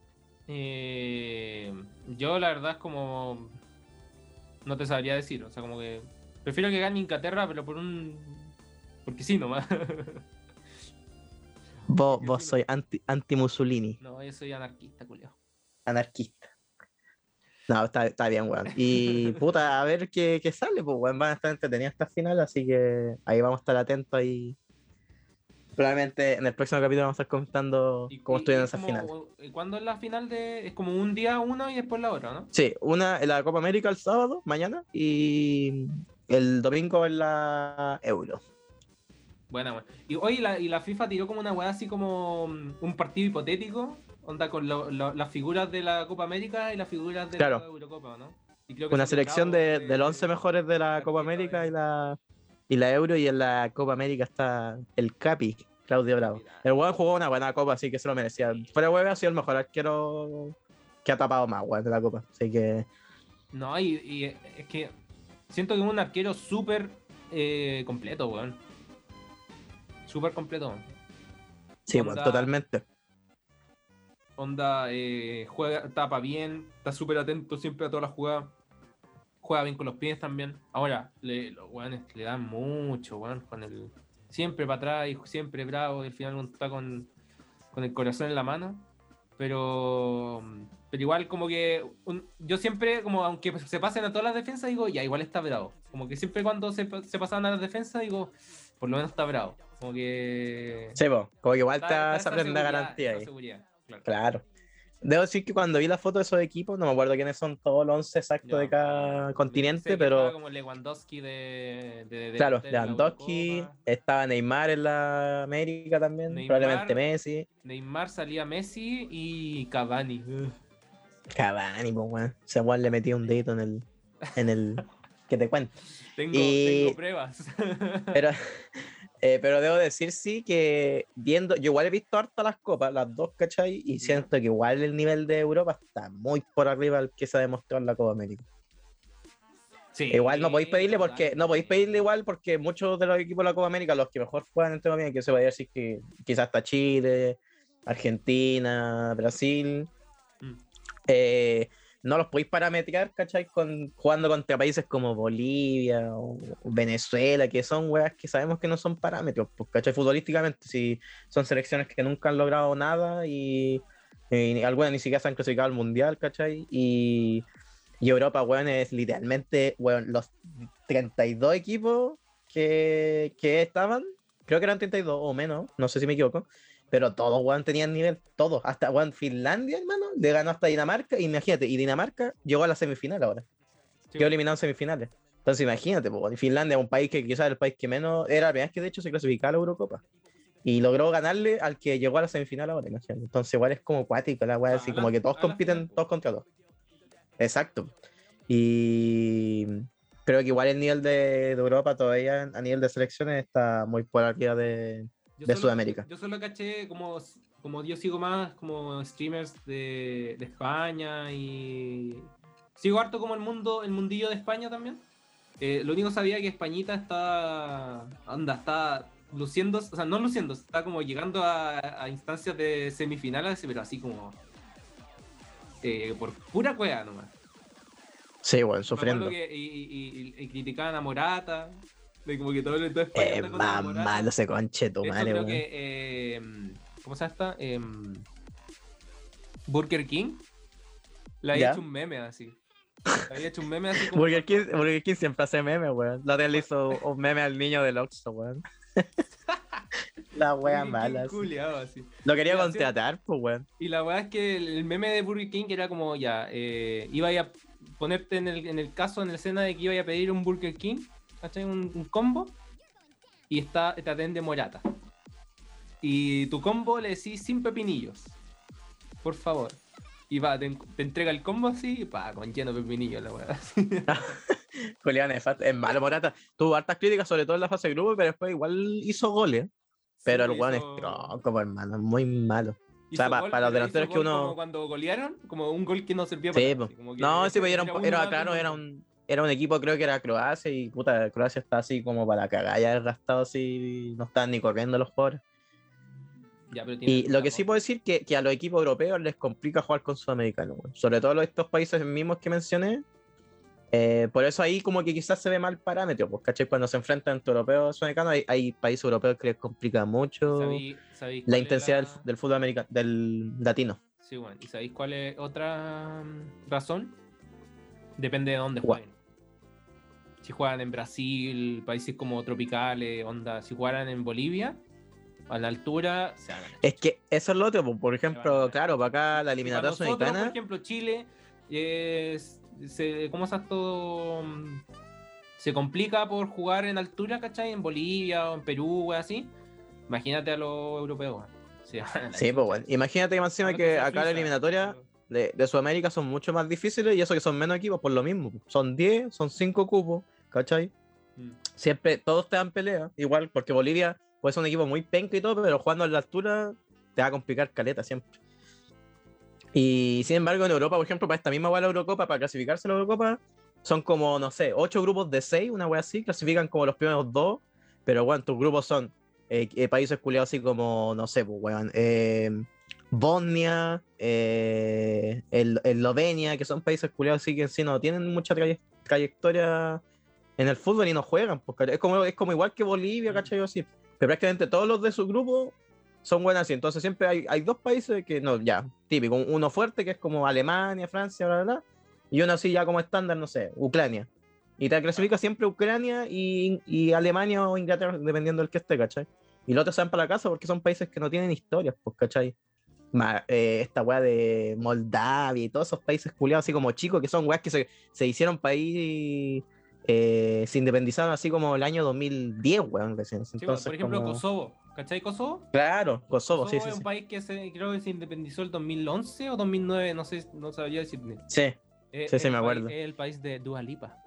Yo la verdad es como no te sabría decir, o sea, como que prefiero que gane Inglaterra, pero porque sí nomás. Porque Vos sí sois nomás. anti-Mussolini, No, yo soy anarquista, culiao. anarquista. No, está bien, weón. Y puta, a ver qué sale, pues, weón. Van a estar entretenidas esta final, así que ahí vamos a estar atentos y probablemente en el próximo capítulo vamos a estar comentando cómo Y estuvieron es esas finales. como, ¿cuándo es la final de...? Es como un día uno y después la otra, ¿no? Sí, una en la Copa América el sábado, mañana, y el domingo en la Euro. Buena, buena. Y hoy y la FIFA tiró como una weá así como un partido hipotético, onda con las figuras de la Copa América y las figuras de la Claro, Eurocopa, ¿no? Y creo que una salió selección Bravo de los 11 mejores de de la Copa arquero América ahí. y la Euro, y en la Copa América está el Capi, Claudio El Bravo. capitán. El weón jugó una buena Copa, así que se lo merecía. Sí. Fuera hueve ha sido el mejor arquero que ha tapado más, weón, de la Copa. Así que, No, y es que siento que es un arquero súper completo, weón. Súper completo, weón. Sí, weón, totalmente. Onda, juega, tapa bien, está súper atento siempre a todas las jugadas. Juega bien con los pies también. Ahora, los weones le dan mucho, weón, con el. Siempre para atrás y siempre bravo. Y al final uno está con el corazón en la mano. Pero igual como que yo siempre, como aunque se pasen a todas las defensas, digo, ya, igual está bravo. Como que siempre cuando se pasaban a las defensas, digo, por lo menos está bravo. Como que Sí, po, como que igual está está esa esa prenda seguridad, garantía ahí. claro. Claro. Debo decir que cuando vi la foto de esos equipos, no me acuerdo quiénes son todos los 11 exactos de Ya. cada continente, Sé que estaba pero como Lewandowski de claro, delantero en la Lewandowski, Eurocopa. estaba Neymar en la América también, probablemente Neymar, Messi, Neymar salía Messi y Cavani. Cavani, pues weón. Ese weón le metía un dedito en el que te cuento. Tengo Y, pruebas. pero, pero debo decir sí que viendo, yo igual he visto harto las copas, las dos, ¿cachai? Y ¿Ya? siento que igual el nivel de Europa está muy por arriba al que se ha demostrado en la Copa América. Igual no podéis Sí, pedirle porque no podéis totalmente. pedirle igual porque muchos de los equipos de la Copa América, los que mejor juegan en tema bien, que se vaya a decir que quizás está Chile, Argentina, Brasil, Mm. eh, no los podéis parametrar, ¿cachai? Jugando contra países como Bolivia o Venezuela, que son weas que sabemos que no son parámetros, pues, ¿cachai? Futbolísticamente, si son selecciones que nunca han logrado nada y algunas ni siquiera se han clasificado al mundial, ¿cachai? Y Europa, weón, es literalmente, weón, los 32 equipos que estaban, creo que eran 32 o menos, no sé si me equivoco, pero todos, weón, tenían nivel, todos, hasta, weón, Finlandia, hermano, le ganó hasta Dinamarca, imagínate, y Dinamarca llegó a la semifinal ahora, Sí, quedó po. eliminado en semifinales. Entonces imagínate, pues, weón, Finlandia es un país que quizás era el país que menos, era la primera vez que de hecho se clasificaba a la Eurocopa. Y logró ganarle al que llegó a la semifinal ahora, imagínate. Entonces igual es como cuático la O weá, sea, así como que todos a la final, compiten po. todos contra todos. Exacto. Y creo que igual el nivel de Europa todavía a nivel de selecciones está muy por arriba de Sudamérica. Yo solo caché como yo sigo más como streamers de España y sigo harto como el mundillo de España también. Lo único que sabía que Españita está luciendo, o sea, no luciendo, está como llegando a instancias de semifinales, pero así como por pura cueva nomás. Sí, bueno, Me acuerdo sufriendo. que y criticaban a Morata, de como que toda España está contra Más malo Morata. ese conche tu De hecho, madre, creo weón. que, ¿cómo se llama esta? Burger King le había hecho ¿Ya? un meme así. Le había hecho un meme así como cuando. Burger King siempre hace meme, weón. La otra le Cuando hizo un meme al niño del Oxxo, weón. La wea Burger King mala, sí. culiado así. Lo quería Ya, sí. contratar, pues, weón. Y la verdad es que el meme de Burger King era como ya, iba a ponerte en el caso, en la escena de que iba a pedir un Burger King, ¿cachai? Un combo, y te atende Morata. Y tu combo le decís sin pepinillos, por favor. Y va, te entrega el combo así, y pa, con lleno de pepinillos la weá. Julián es malo, Morata. Tuvo hartas críticas, sobre todo en la fase de grupo, pero después igual hizo goles. Sí, Pero el pues weón es tronco, hermano, muy malo. O sea, hizo gol, para los pero hizo delanteros que gol como uno. cuando golearon, como un gol que no servía para Sí, nada. po. Así, como No, que sí, pues era uno era más del claro, montón. era un equipo, creo que era Croacia, y puta, Croacia está así como para cagar, ya desgastado así, no están ni corriendo los jugadores. Ya, pero tienen Y lo mucha que sí puedo joya. decir que a los equipos europeos les complica jugar con sudamericanos, weón. Sobre todo estos países mismos que mencioné. Por eso ahí como que quizás se ve mal parámetro, pues, ¿cachai? Cuando se enfrentan entre europeos y sudamericanos, hay países europeos que les complica ¿Y mucho sabéis la cuál es intensidad la. del fútbol americano, del latino. Sí, bueno. ¿Y sabéis cuál es otra razón? Depende de dónde Guau. jueguen. Si juegan en Brasil, países como tropicales, onda, si jugaran en Bolivia, a la altura, se van a la Es chucha. que eso es lo otro, pues, por Se van a ejemplo, la claro, chucha. para acá la Si para eliminatoria nosotros, por sudamericana, ejemplo, Chile, ¿cómo se todo? Se complica por jugar en altura, ¿cachai? En Bolivia o en Perú, o así. Imagínate a los europeos, weón. Se van a la sí, pues chucha. bueno. Imagínate que más encima Van a que ser acá la Suiza. eliminatoria de Sudamérica son mucho más difíciles y eso que son menos equipos, por lo mismo, pues. Son 10, son 5 cupos, ¿cachai? Mm. Siempre todos te dan pelea, igual, porque Bolivia puede ser un equipo muy penca y todo, pero jugando a la altura te va a complicar caleta siempre. Y sin embargo, en Europa, por ejemplo, para esta misma la Eurocopa, para clasificarse a la Eurocopa, son como, no sé, 8 grupos de 6, una wea así, clasifican como los primeros dos, pero bueno, tus grupos son países culiados así como, no sé, pues, weón, Bosnia, Eslovenia, que son países culiados así que en sí no tienen mucha trayectoria en el fútbol y no juegan, pues, ¿cachai? Es como igual que Bolivia, ¿cachai? Así. Pero prácticamente todos los de su grupo son buenos así. Entonces siempre hay dos países que no, ya, típico, uno fuerte que es como Alemania, Francia, bla, bla, bla, y uno así ya como estándar, no sé, Ucrania. Y te clasifica siempre Ucrania y Alemania o Inglaterra, dependiendo del que esté, ¿cachai? Y los otros se van para la casa porque son países que no tienen historias, pues, ¿cachai? Esta weá de Moldavia y todos esos países culiados así como chicos, que son weas que se hicieron país, se independizaron así como el año 2010, weón, recién. Sí, pues, Entonces, por ejemplo, como. Kosovo. ¿Cachai Kosovo? Claro, Kosovo, sí, Kosovo sí, es un sí. país que creo que se independizó el 2011 o 2009, no sé, no sabría decirte. Sí, sí, sí, me Es acuerdo. el país de Dua Lipa.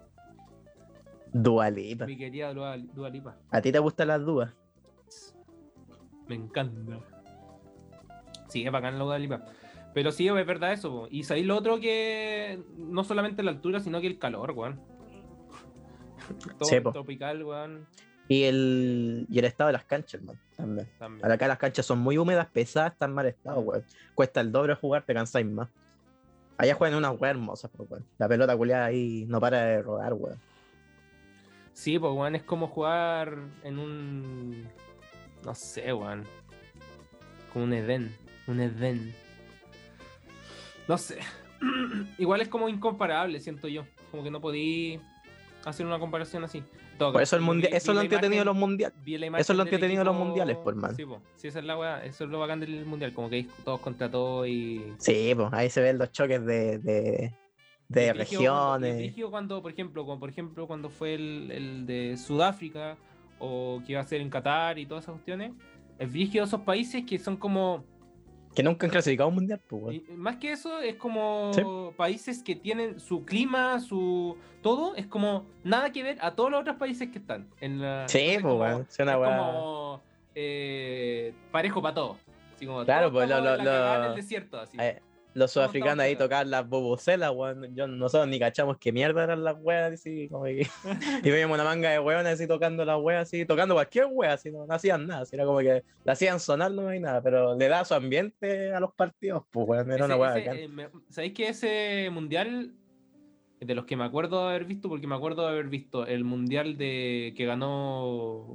Dua Lipa. Mi querida Dua Lipa. ¿A ti te gustan las dudas? Me encanta. Sí, es bacán la Dua Lipa. Pero sí, es verdad eso, po. Y sabéis lo otro que no solamente la altura, sino que el calor, weón. Sí, Todo po. tropical, weón. Y el estado de las canchas, hermano, también. También. Acá las canchas son muy húmedas, pesadas, están en mal estado, Mm. weón. Cuesta el doble jugar, te cansáis más. Allá juegan unas weas hermosas, pues, weón. La pelota culiada ahí no para de rodar, weón. Sí, pues, weón, es como jugar en un. No sé, weón. Como un Edén. Un Edén. No sé. Igual es como incomparable, siento yo. Como que no podí hacer una comparación así. En todo Por eso caso, el yo mundial, eso vi es lo la entretenido de imagen, los mundiales. vi la Eso es imagen lo del entretenido de los mundiales, equipo. por man. Sí, pues. Sí, esa es la weá. Eso es lo bacán del mundial. Como que hay todos contra todos y. Sí, pues ahí se ven los choques Y es de brígido cuando, regiones. por ejemplo, cuando fue el de Sudáfrica o que iba a ser en Qatar y todas esas cuestiones. Es brígido esos países que son como. Que nunca han clasificado a un mundial, pues, weón. Y más que eso, es Sí, como países que tienen su clima, su todo, es como nada que ver a todos los otros países que están. sí, Entonces pues, weón. Es una es weá. como parejo para todos. Así como todos Claro, pues estamos en la cagada en el desierto, así. eh, los Todos estamos sudafricanos ahí cagados. tocaban las bubucelas, weón. Nosotros ni cachamos qué mierda eran las weas, así como que. Y veíamos una manga de weones así tocando las weas, así, tocando cualquier wea, así, no hacían nada, así, era como que la hacían sonar, no hay nada, pero le da su ambiente a los partidos, pues, weón, era una wea bacán. ¿Sabéis que ese mundial, de los que me acuerdo de haber visto, porque me acuerdo de haber visto el mundial de que ganó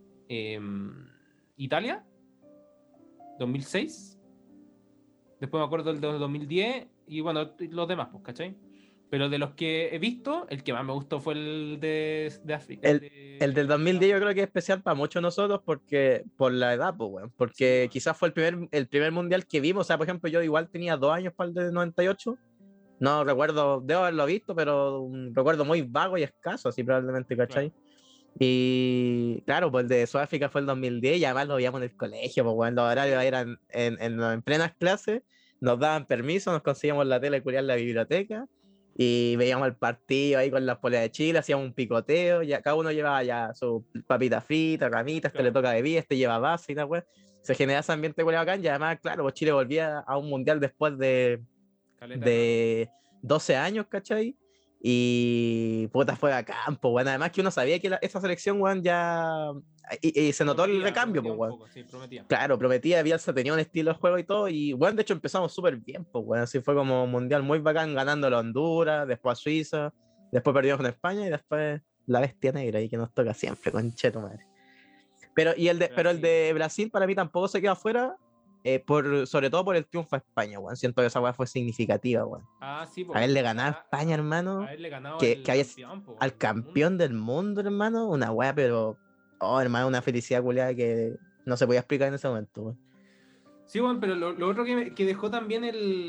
Italia, 2006. Después me acuerdo del de 2010 y bueno, los demás, pues, ¿cachai? Pero de los que he visto, el que más me gustó fue el de África. El del 2010 yo creo que es especial para muchos de nosotros porque por la edad, pues, weón. Sí, Porque bueno. quizás fue el primer mundial que vimos. O sea, por ejemplo, yo igual tenía 2 años para el de 98. No recuerdo, debo haberlo visto, pero un recuerdo muy vago y escaso, así probablemente, Claro. ¿cachai? Y claro, pues el de Sudáfrica fue el 2010 y además lo veíamos en el colegio, pues bueno, los horarios eran en plenas clases, nos daban permiso, nos conseguíamos la tele culiar en la biblioteca y veíamos el partido ahí con las poleas de Chile, hacíamos un picoteo, ya cada uno llevaba ya su papita frita, ramita, este le Claro. toca bebida, este lleva base y tal, weón. Se generaba ese ambiente culiado bacán y además, claro, pues Chile volvía a un mundial después Caleta de rato. de 12 años, ¿cachai? Y puta, fue a campo, weón. Además que uno sabía que esa selección, weón, ya. Y se notó el recambio, Prometía pues, un weón. poco, sí, prometía. Claro, prometía, Bielsa tenía un estilo de juego y todo. Y, weón, de hecho empezamos súper bien, pues, weón. Así fue como un mundial muy bacán, ganándolo a Honduras, después a Suiza, después perdimos con España y después la bestia negra y que nos toca siempre, concheto madre. Pero el de Brasil. Brasil para mí tampoco se queda afuera, sobre todo por el triunfo a España, weón. Siento que esa weá fue significativa, weón. Ah, sí, pues. Haberle ganado a España, hermano, Haberle ganado que al haya campeón, pues, al del mundo. campeón del mundo, hermano, una weá, pero, oh, hermano, una felicidad culiada que no se podía explicar en ese momento, weón. Sí, bueno, pero lo otro que dejó también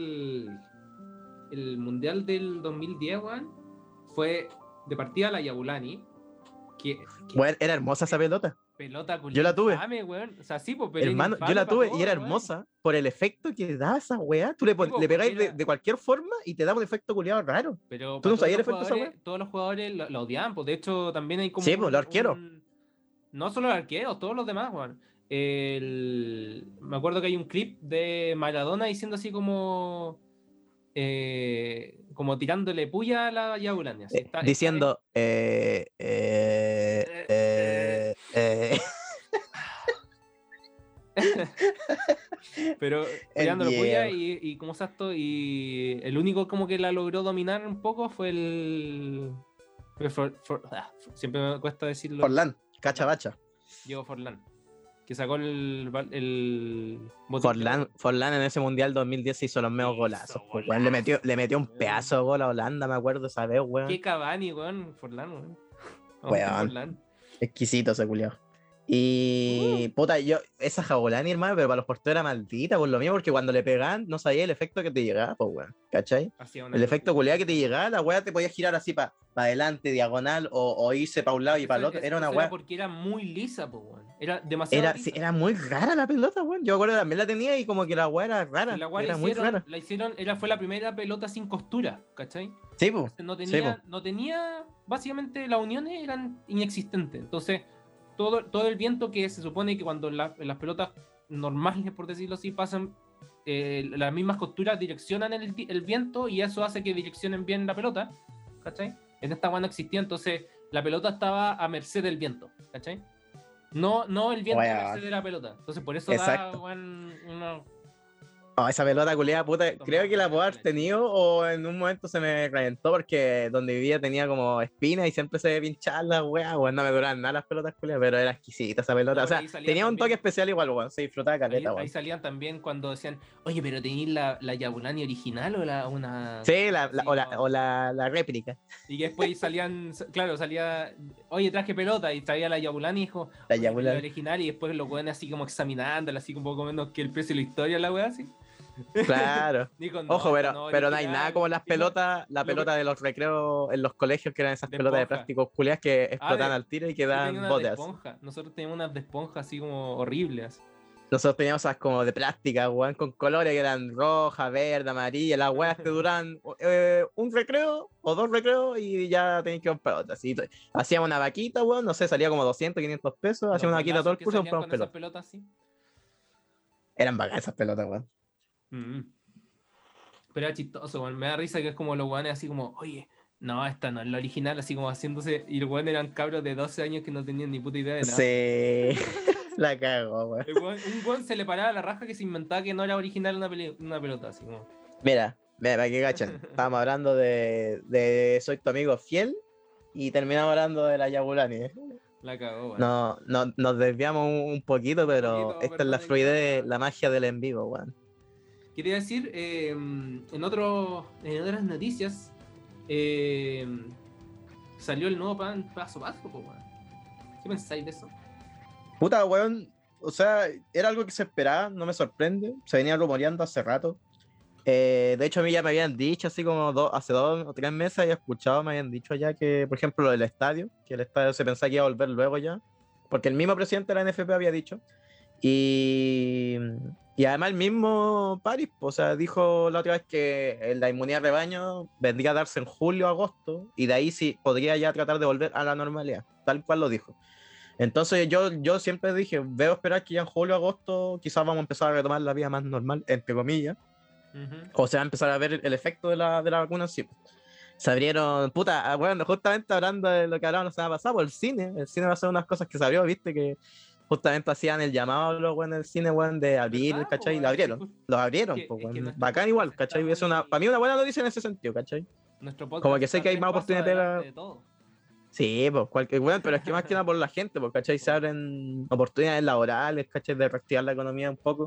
el Mundial del 2010, weón, fue de partida la Yabulani, que Weón, era hermosa esa pelota. pelota Yo culia la tuve. infame, weón. O sea, sí, pues, pero era Hermano, yo infame la para tuve y era todo, weón. hermosa por el efecto que da esa weá. Tú le, Sí, pues, le porque pegáis de, era. de cualquier forma y te da un efecto culiado raro. Pero ¿Tú para no sabías el efecto de esa weá? todos los jugadores lo odiaban, pues de hecho también hay como Sí, pues, los arqueros. no solo los arqueros, todos los demás, weón. Me acuerdo que hay un clip de Maradona diciendo así como tirándole puya a la Yabulani. Así Diciendo, eh, eh, Pero El peleando los Puya Diego. y como exacto, y el único como que la logró dominar un poco fue siempre me cuesta decirlo. Forlán, cacha bacha. Diego Forlán, que sacó el botín de Forlán, oro. Forlán en ese Mundial 2010 hizo los meos golazos. Pues, weón. Le metió un pedazo de gol a Holanda, me acuerdo esa vez, Qué weón. Cavani, weón, Forlán, weón. Aguante Weón, Forlán. exquisito ese culiao. Y puta, yo, esa Jabulani, hermano, pero para los porteros era maldita, por lo mismo, porque cuando le pegaban no sabía el efecto que te llegaba, pues, weón, ¿cachai? Hacía una El efecto culiao que te locura. llegaba, la weá te podía girar así para adelante, diagonal, o irse para un lado y para el otro. Era una Eso era weá. porque era muy lisa, po, weón. Era demasiado Era, sí, lisa. era muy rara la pelota, weón. Yo me acuerdo también la tenía y como que la weá era Si rara, la weá era muy rara. fue la primera pelota sin costura, ¿cachai? Sí, pues, Entonces sí, pues. no tenía, básicamente las uniones eran inexistentes. Entonces, todo el viento que se supone que cuando las pelotas normales, por decirlo así, pasan, las mismas costuras direccionan el viento y eso hace que direccionen bien la pelota, ¿cachai? En esta weá no existía, entonces la pelota estaba a merced del viento, ¿cachai? No el viento a merced Weón, de la pelota. Entonces, por eso da, exacto. weón, Oh, esa pelota culiada, puta, son creo más que la buenas puedo que haber la chucha. tenido o en un momento se me reventó porque donde vivía tenía como espinas y siempre se pinchaba la weá, weón, no me duraban nada las pelotas culiadas, pero era exquisita esa No, pelota, o pero sea, ahí salían tenía un toque también. especial igual, weón, se disfrutaba caleta, Ahí weón. salían también cuando decían, oye, pero tenéis la Yabulani original o una Sí, así, no. la réplica, Y que después salían, claro, salía, oye, traje pelota y traía la Yabulani y dijo, la oye, pero la Yabula. original y después lo pueden así como examinándola, así un poco menos que el precio de la historia, la wea así. Claro. Dijo, no, Ojo, esta no es pero no hay nada original. como las pelotas, la Lo, pelota de los recreos en los colegios que eran esas de pelotas de esponja. plástico culiadas que Ah, explotaban al tiro y que yo tenía daban unas de botes. esponja. Nosotros teníamos unas de esponja así como horribles. Nosotros teníamos esas como de plástica, weón, con colores que eran roja, verde, amarilla. Las weas te duran un recreo o dos recreos y ya tenías que comprar otras. Así, hacíamos una vaquita, weón, no sé, salía como 200, 500 pesos. Los Hacíamos una vaquita todo golazos el que curso y salían compramos con esas pelotas. pelotas así. Eran bacanas esas pelotas, weón. Mm. Pero era chistoso, weón. Me da risa que es como los weones así como, oye, no, esta no es la original, así como haciéndose. Y los weones eran cabros de 12 años que no tenían ni puta idea de nada. Sí, la cago, weón. Un weón se le paraba la raja que se inventaba que no era original una pelota, así como. Mira, para que cachen. Estábamos hablando de Soy tu amigo fiel y terminamos hablando de la Yabulani. La cagó, weón. No, no, nos desviamos un poquito, Un pero poquito, esta es la perdone que lo fluidez, haga. la magia del en vivo, weón. Quería decir, en otras noticias, eh, salió el nuevo pan paso a paso, po, weón. ¿Qué pensáis de eso? Puta, weón. O sea, era algo que se esperaba, no me sorprende. Se venía rumoreando hace rato. De hecho, a mí ya me habían dicho, así como hace 2 o 3 meses, había escuchado, me habían dicho ya que, por ejemplo, lo del estadio, que el estadio se pensaba que iba a volver luego ya. Porque el mismo presidente de la NFP había dicho. Y, y además el mismo París, o sea, dijo la otra vez que la inmunidad de rebaño vendría a darse en julio o agosto, y de ahí sí podría ya tratar de volver a la normalidad, tal cual lo dijo. Entonces yo siempre dije, veo esperar que ya en julio o agosto quizás vamos a empezar a retomar la vida más normal, entre comillas, Ujú. o se va a empezar a ver el efecto de la vacuna en sí. Se abrieron, puta, bueno, justamente hablando de lo que hablábamos la semana pasada, pues el cine va a ser unas cosas que se abrió, viste, que justamente hacían el llamado los weones del cine, weón, de abrir, ¿Verdad, po, ¿cachai? Y lo weón? abrieron, los abrieron, pues, Es que weón, nuestro bacán podcast igual, está ¿cachai? Es una, para muy. mí una buena noticia en ese sentido, ¿cachai? Nuestro Como podcast que sé está que hay 3 más pasos oportunidades de adelante de todo. sí, pues, cualquier, weón, pero es que más que nada por la gente, pues, ¿cachai? Se abren oportunidades laborales, ¿cachai? De reactivar la economía un poco.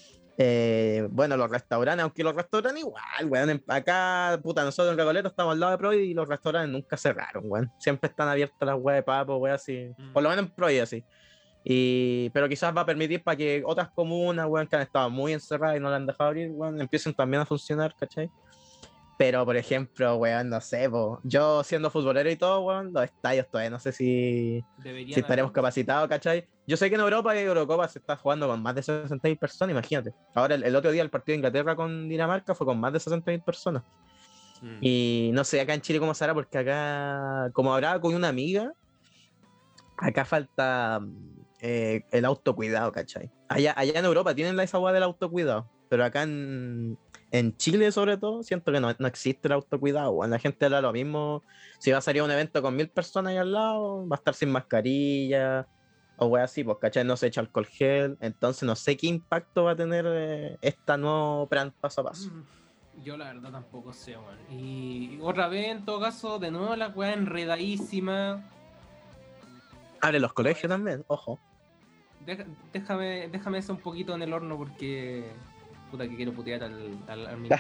Bueno, los restaurantes, aunque los restaurantes igual, weón, acá, puta, nosotros en Recoleta estamos al lado de Proy y los restaurantes nunca cerraron, weón. Siempre están abiertas las weas de papo, weón, así. Mm. Por lo menos en Proy, así. Pero quizás va a permitir para que otras comunas, weón, que han estado muy encerradas y no le han dejado abrir, weón, empiecen también a funcionar, ¿cachai? Pero, por ejemplo, weón, no sé, po, yo siendo futbolero y todo, weón, los estadios todavía no sé si Deberían estaremos abrir. capacitados, ¿cachai? Yo sé que en Europa y Eurocopa se está jugando con más de 60.000 personas, imagínate. Ahora, el otro día el partido de Inglaterra con Dinamarca fue con más de 60.000 personas. Mm. Y no sé acá en Chile cómo será, porque acá, como hablaba con una amiga, acá falta el autocuidado, ¿cachai? Allá en Europa tienen esa hueá del autocuidado, pero acá en Chile, sobre todo, siento que no existe el autocuidado. Weón. La gente habla lo mismo. Si va a salir a un evento con 1.000 personas ahí al lado, va a estar sin mascarilla. o wea así, pues, ¿cachai? No se echa alcohol gel, entonces no sé qué impacto va a tener esta nuevo plan paso a paso. Yo la verdad tampoco sé, weón. Y otra vez, en todo caso, de nuevo la weá enredadísima. Abre los No, colegios también, ojo. déjame eso un poquito en el horno porque. Puta que quiero putear al ministro.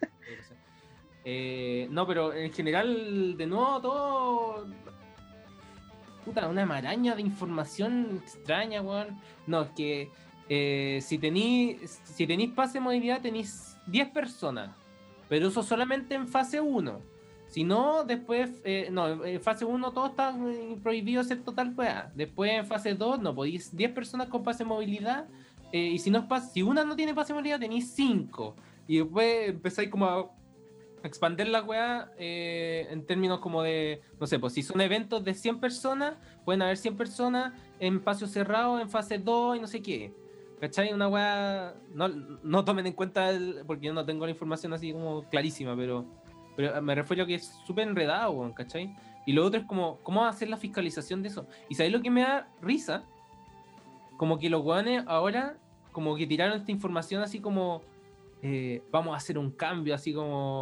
No, pero en general, de nuevo, todo. Puta, una maraña de información extraña, weón. No, es que si tenéis pase de movilidad, tenéis 10 personas. Pero eso solamente en fase uno. Si no, después, no, en fase uno todo está prohibido hacer total weá. Después en fase 2 no podéis 10 personas con pase de movilidad. Y si no es si una no tiene pase de movilidad, tenéis 5. Y después empezáis como a expandir la weá en términos como de, no sé, pues si son eventos de 100 personas, pueden haber 100 personas en espacio cerrado, en fase 2 y no sé qué. ¿Cachai? Una weá, no tomen en cuenta, porque yo no tengo la información así como clarísima, pero me refiero a que es súper enredado, weón, ¿cachai? Y lo otro es como, ¿cómo va a hacer la fiscalización de eso? ¿Y sabéis lo que me da risa? Como que los weones ahora, como que tiraron esta información así como, vamos a hacer un cambio, así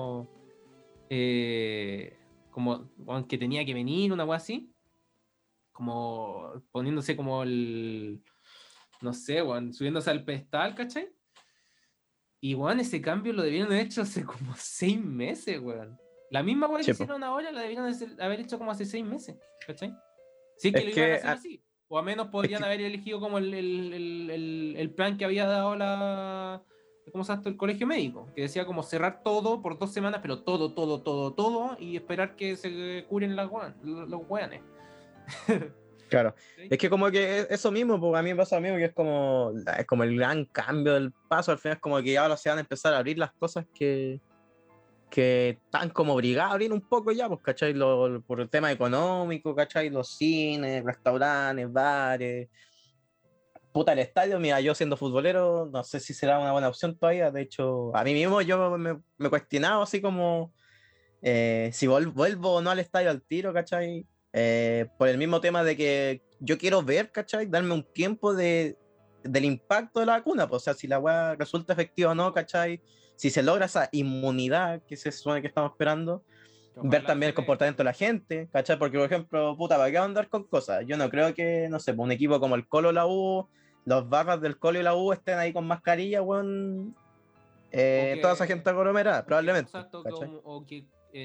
como bueno, que tenía que venir, una weá así, como poniéndose como no sé, weón, subiéndose al pedestal, ¿cachai? Y weón, ese cambio lo debieron haber hecho hace como 6 meses, weón. La misma weá que Sí, po. hicieron ahora la debieron haber hecho como hace 6 meses, ¿cachai? Si es que Es lo iban a que, hacer así. O a menos es podrían que, haber elegido como el plan que había dado ¿cómo se llama esto? El colegio médico, que decía como cerrar todo por 2 semanas, pero todo, todo, todo, todo, y esperar que se curen los weones. claro, ¿Sí? es que como que eso mismo, pues a mí me pasa lo mismo, que es como el gran cambio del paso, al final es como que ahora se van a empezar a abrir las cosas que están como obligadas a abrir un poco ya, pues, ¿cachai? Por el tema económico, ¿cachai? Los cines, restaurantes, bares. Puta, el estadio, mira, yo siendo futbolero, no sé si será una buena opción todavía. De hecho, a mí mismo yo me he cuestionado así como si vuelvo o no al estadio al tiro, ¿cachai? Por el mismo tema de que yo quiero ver, ¿cachai? Darme un tiempo del impacto de la vacuna, pues, o sea, si la weá resulta efectiva o no, ¿cachai? Si se logra esa inmunidad que se supone que estamos esperando, ver Ojalá también se el dé. comportamiento de la gente, ¿cachai? Porque, por ejemplo, puta, ¿para qué andar con cosas? Yo no creo que, no sé, pues, un equipo como el Colo o la U, los barras del Colo y la U estén ahí con mascarilla, weón, O toda esa que, gente aglomerada, o que, ¿cómo se probablemente, llama esto? ¿cachai? O que,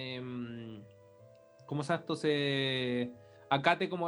¿cómo se llama esto? Se acate como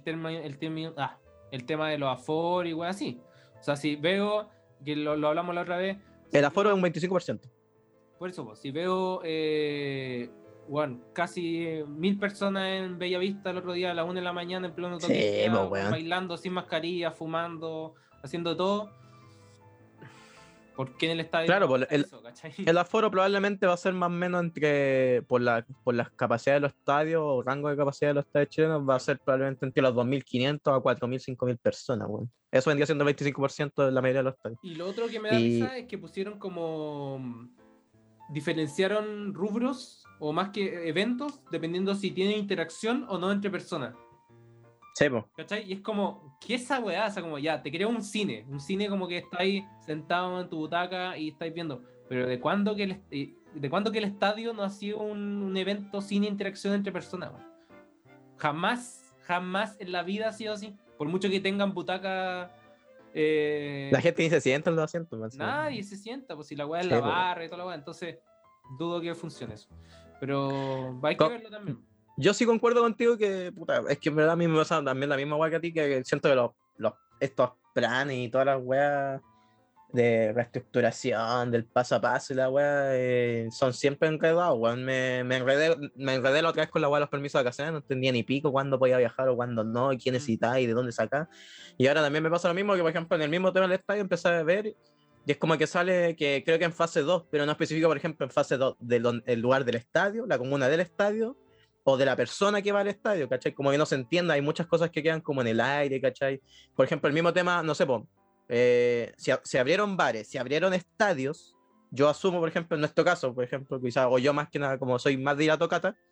el tema de los afor y weón así. O sea, si veo, que lo hablamos la otra vez, El si aforo es un veo, 25%. por eso, pues, si veo, bueno, casi 1000 personas en Bellavista el otro día a las 1 de la mañana en pleno Sí, toque de queda, pues, weón, weón. bailando sin mascarilla, fumando, haciendo todo, ¿por qué en el estadio no Claro, va a pues pasar eso, cachai? el aforo probablemente va a ser más o menos por las capacidades de los estadios o rango de capacidad de los estadios chilenos, va a Claro. ser probablemente entre los 2.500 a 4.000 5.000 personas, weón. Eso vendría siendo el 25% de la mayoría de los estadios. Y lo otro que me da Y risa es que pusieron como diferenciaron rubros o más que eventos dependiendo si tienen interacción o no entre personas. sí, pues. ¿Cachai? Y es como, ¿qué esa weá? O sea, como ya, te creo un cine como que estáis sentado en tu butaca y estáis viendo. Pero ¿de cuándo que el estadio no ha sido un evento sin interacción entre personas, weón? Jamás, jamás en la vida ha sido así. Por mucho que tengan butaca, La eh, gente ni se sienta en los asientos, man, sí. nadie se sienta, pues si la weá es la Sí, pues, weón. barra y toda la weá, entonces dudo que funcione eso. Pero hay que Co- verlo también. Yo sí concuerdo contigo que, puta, es que en verdad a mí me pasa también la misma weá que a ti, que siento que estos planes y todas las weas de reestructuración, del paso a paso y la weá, son siempre enredados, weón. Me enredé la otra vez con la weá de los permisos de vacaciones, no entendía ni pico cuándo podía viajar o cuándo no, y quién Mm. necesitaba y de dónde sacar. Y ahora también me pasa lo mismo, que por ejemplo en el mismo tema del estadio empecé a ver, y es como que sale que creo que en fase 2 pero no especifica, por ejemplo, en fase 2 el lugar del estadio, la comuna del estadio, o de la persona que va al estadio, ¿cachai? Como que no se entienda, hay muchas cosas que quedan como en el aire, ¿cachai? Por ejemplo, el mismo tema, no sé, po, se abrieron bares, se abrieron estadios, yo asumo, por ejemplo, en nuestro caso, por ejemplo, quizás, o yo más que nada, como soy más de ir a tocata,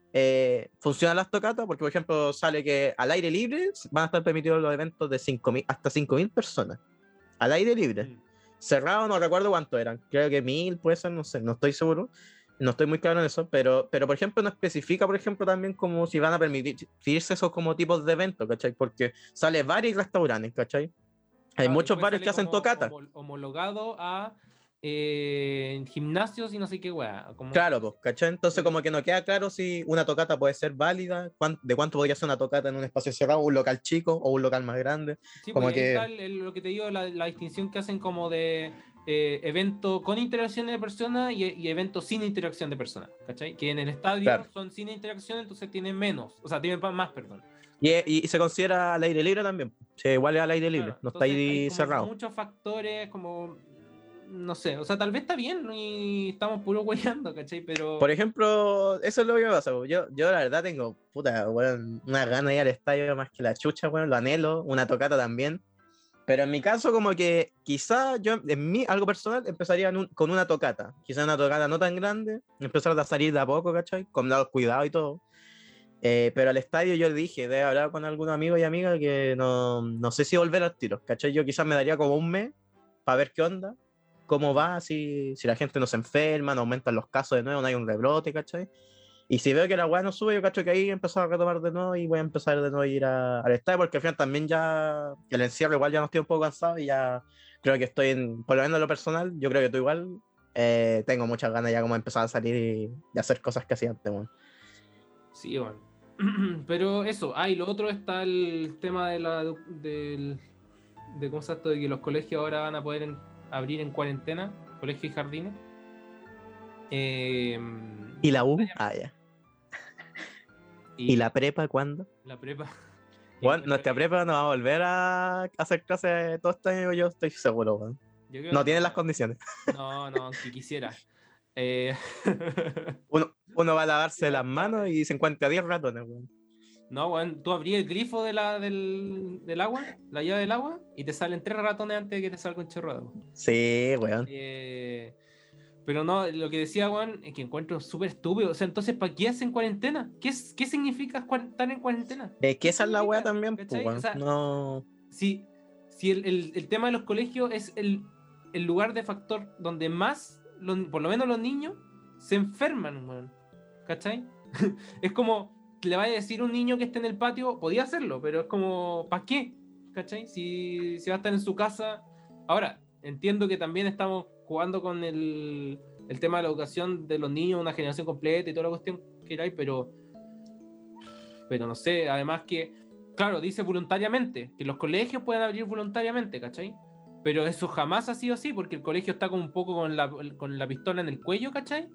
funcionan las tocatas, porque por ejemplo sale que al aire libre van a estar permitidos los eventos de 5.000 hasta 5.000 personas. Al aire libre. Cerrado no recuerdo cuánto eran, creo que 1.000 puede ser, no sé, no estoy seguro, no estoy muy claro en eso, pero por ejemplo no especifica, por ejemplo, también como si van a permitirse esos como tipos de eventos, ¿cachai? Porque sale bares y restaurantes, ¿cachai? Hay Claro, muchos después bares sale que hacen como tocata. homologado a gimnasios y no sé qué weá. Como, Claro, pues, ¿cachai? Entonces como que no queda claro si una tocata puede ser válida, de cuánto podría ser una tocata en un espacio cerrado, un local chico o un local más grande. sí, Como pues ahí está que, lo que te digo, la distinción que hacen como de evento con interacción de personas y evento sin interacción de personas, ¿cachai? Que en el estadio claro. son sin interacción, entonces tienen menos, o sea, tienen más, perdón. Y se considera al aire libre también. Sí, igual es al aire libre, Claro, no está entonces hay ahí como cerrado. muchos factores, como, no sé, o sea, tal vez está bien ¿no? Y estamos puro hueando, ¿cachai? Por Pero, ejemplo, eso es lo que me pasa. Yo la verdad tengo, puta, weón, una gana de ir al estadio más que la chucha, weón, lo anhelo, una tocata también. Pero en mi caso, como que quizá yo, en mí, algo personal, empezaría con una tocata. Quizá una tocata no tan grande, empezar a salir de a poco, ¿cachai? Con los cuidados y todo. Pero al estadio yo dije, de hablar con algún amigo y amiga que no sé si volver al tiro, ¿cachai? Yo quizás me daría como un mes para ver qué onda, cómo va, si la gente no se enferma, no aumentan los casos de nuevo, no hay un rebrote, ¿cachai? Y si veo que la weá no sube, yo cacho que ahí empezar a retomar de nuevo y voy a empezar de nuevo a ir al estadio, porque al final también ya el encierro igual ya no estoy un poco cansado y ya creo que estoy por lo menos en lo personal, yo creo que tú igual, tengo muchas ganas ya como de empezar a salir y hacer cosas que hacía antes, weón. sí, bueno. Pero eso, y lo otro está el tema de cómo se llama esto, de que los colegios ahora van a poder abrir en cuarentena, colegios y jardines. Eh, ¿Y la U? Ah, voluntariamente. ya. ¿Y Y la prepa cuándo? la prepa, yo Bueno, encuentro nuestra que, prepa no va a volver a hacer clases todo este año, yo estoy seguro, weón. yo creo No que tienen las no, condiciones. no, aunque quisiera. Eh, Uno va a lavarse las ya, manos y se encuentra 10 ratones, weón. no, weón, tú abrí el grifo del agua, la llave del agua, y te salen 3 ratones antes de que te salga un chorro de agua. Sí, weón. Eh, pero no, lo que decía Juan es que encuentro súper estúpido. O sea, entonces, ¿para qué hacen cuarentena? ¿Qué significa estar en cuarentena? Es que ¿Qué esa es la weá significa? también, pues, ¿Cachai? O weón. sea, No. si el tema de los colegios es el lugar de factor donde más, por lo menos los niños, se enferman, weón. ¿Cachai? Es como, le vaya a decir a un niño que esté en el patio, podía hacerlo, pero es como, ¿para qué? ¿Cachai? Si va a estar en su casa. Ahora, entiendo que también estamos jugando con el tema de la educación de los niños, una generación completa y toda la cuestión que hay, pero no sé, además que, claro, dice voluntariamente, que los colegios pueden abrir voluntariamente, ¿cachai? Pero eso jamás ha sido así, porque el colegio está como un poco con la pistola en el cuello, ¿cachai?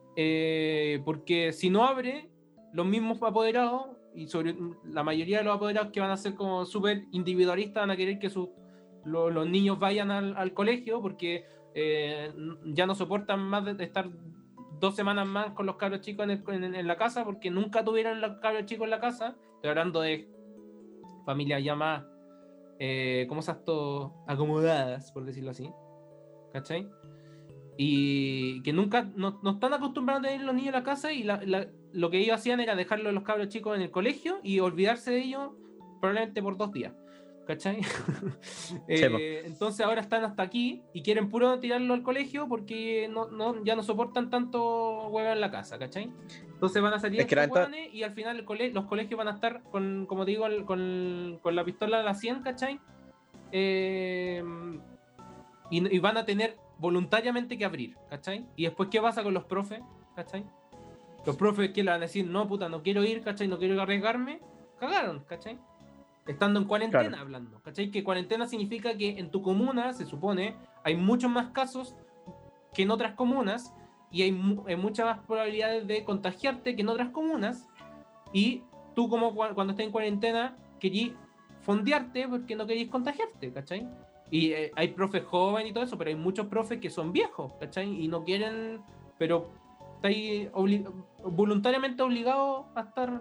Porque si no abre, los mismos apoderados, y sobre la mayoría de los apoderados que van a ser como súper individualistas, van a querer que los niños vayan al colegio, porque ya no soportan más de estar 2 semanas más con los cabros chicos en la casa, porque nunca tuvieron los cabros chicos en la casa. Estoy hablando de familias ya más, ¿cómo se esto? Acomodadas, por decirlo así, ¿cachai? Y que nunca, no están acostumbrados a tener los niños en la casa y lo que ellos hacían era dejarlos los cabros chicos en el colegio y olvidarse de ellos probablemente por 2 días. ¿Cachai? Sí, po. Entonces ahora están hasta aquí y quieren puro tirarlo al colegio porque ya no soportan tanto huevo en la casa, ¿cachai? Entonces van a salir Es que estos hueones y al final los colegios van a estar con, como te digo, con la pistola a la 100, ¿cachai? Eh, y van a tener voluntariamente que abrir, ¿cachai? Y después, ¿qué pasa con los profes? ¿Cachai? Los profes que le van a decir, no, puta, no quiero ir, ¿cachai? No quiero arriesgarme, cagaron, ¿cachai? Estando en claro. cuarentena hablando, ¿cachai? Que cuarentena significa que en tu comuna, se supone, hay muchos más casos que en otras comunas y hay muchas más probabilidades de contagiarte que en otras comunas y tú como cuando estás en cuarentena querís fondearte porque no querís contagiarte, ¿cachai? Y hay profes jóvenes y todo eso, pero hay muchos profes que son viejos, ¿cachai? Y no quieren, pero estáis voluntariamente obligados a estar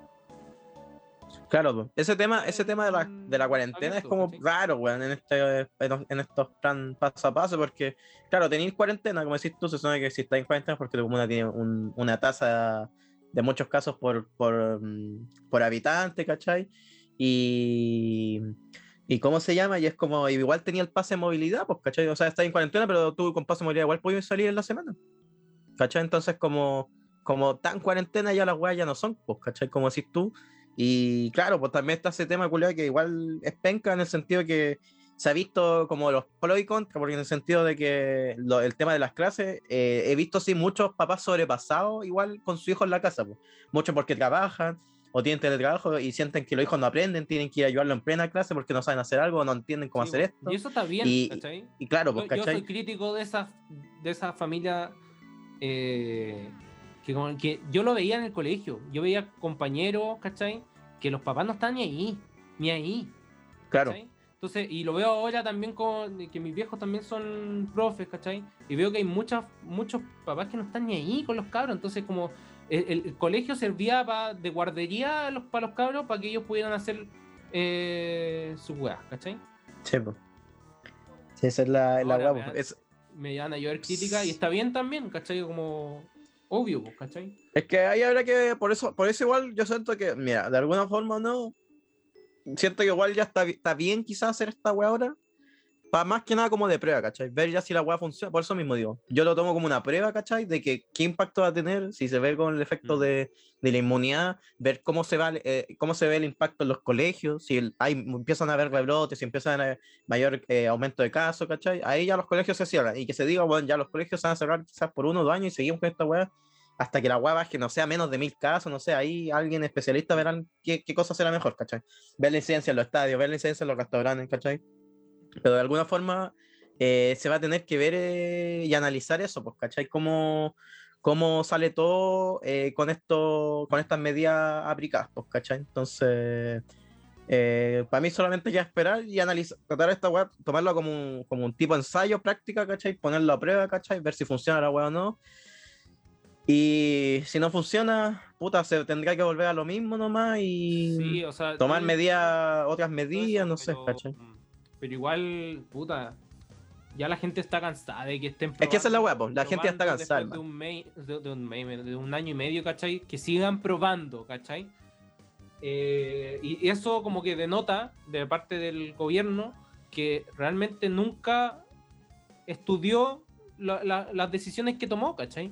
Claro, po. Ese tema de la cuarentena es abiertos, como ¿cachai? raro, weón, en estos plan paso a paso, porque, claro, tenéis cuarentena, como decís tú, se supone que si estáis en cuarentena es porque tu comuna tiene una tasa de muchos casos por habitante, ¿cachai? Y, y ¿cómo se llama? Y es como, igual tenía el pase de movilidad, pues, ¿cachai? O sea, está en cuarentena, pero tú con pase de movilidad igual podías salir en la semana, ¿cachai? Entonces, como tan cuarentena ya las weas ya no son, pues, ¿cachai? Como decís tú. Y claro, pues también está ese tema, culiao, que igual es penca en el sentido que se ha visto como los pros y contras, porque en el sentido de que el tema de las clases, he visto sí muchos papás sobrepasados igual con su hijo en la casa, pues. Muchos porque trabajan o tienen teletrabajo y sienten que los hijos no aprenden, tienen que ir a ayudarlo en plena clase porque no saben hacer algo, no entienden cómo Sí, hacer po. Y esto. eso está bien, Y, ¿cachai? y claro, pues, Yo soy ¿cachai? crítico de esa familia que yo lo veía en el colegio. Yo veía compañeros, ¿cachai? Que los papás no están ni ahí, ni ahí, Claro, ¿cachai? Entonces, y lo veo ahora también con que mis viejos también son profes, ¿cachai? Y veo que hay muchos papás que no están ni ahí con los cabros. Entonces, como el colegio servía de guardería para los cabros para que ellos pudieran hacer sus weas, ¿cachai? sí, pues. Sí, esa es la Ahora guapo. me van a llover crítica y está bien también, ¿cachai? Como obvio, pues, ¿cachai? Es que ahí habrá que, por eso igual yo siento que, mira, de alguna forma o no, siento que igual ya está bien quizás hacer esta weá ahora, para más que nada como de prueba, ¿cachai? Ver ya si la weá funciona, por eso mismo digo, yo lo tomo como una prueba, ¿cachai? De que qué impacto va a tener, si se ve con el efecto Mm. de la inmunidad, ver cómo se ve el impacto en los colegios, si empiezan a haber rebrotes, si empiezan a haber mayor aumento de casos, ¿cachai? Ahí ya los colegios se cierran, y que se diga, bueno, ya los colegios se van a cerrar quizás por 1 o 2 años y seguimos con esta weá hasta que la weá baje, no sea menos de 1000 casos, no sé, ahí alguien especialista verán qué cosa será mejor, ¿cachai? Ver la incidencia en los estadios, ver la incidencia en los restaurantes, ¿cachai? Pero de alguna forma se va a tener que ver y analizar eso, pues, ¿cachai? Cómo sale todo con estas medidas aplicadas, pues, ¿cachai? Entonces, para mí solamente ya esperar y analizar, tratar esta web, tomarlo como un tipo de ensayo, práctica, ¿cachai? Ponerlo a prueba, ¿cachai? Ver si funciona la web o no. Y si no funciona, puta, se tendrá que volver a lo mismo nomás y Sí, o sea, tomar otras todo medidas, eso, no sé, ¿cachai? pero igual, puta, ya la gente está cansada de que estén Es que esa es la web, pues, la gente ya está cansada, después hermano. de un año y medio, ¿cachai? Que sigan probando, ¿cachai? Y eso como que denota de parte del gobierno que realmente nunca estudió las decisiones que tomó, ¿cachai?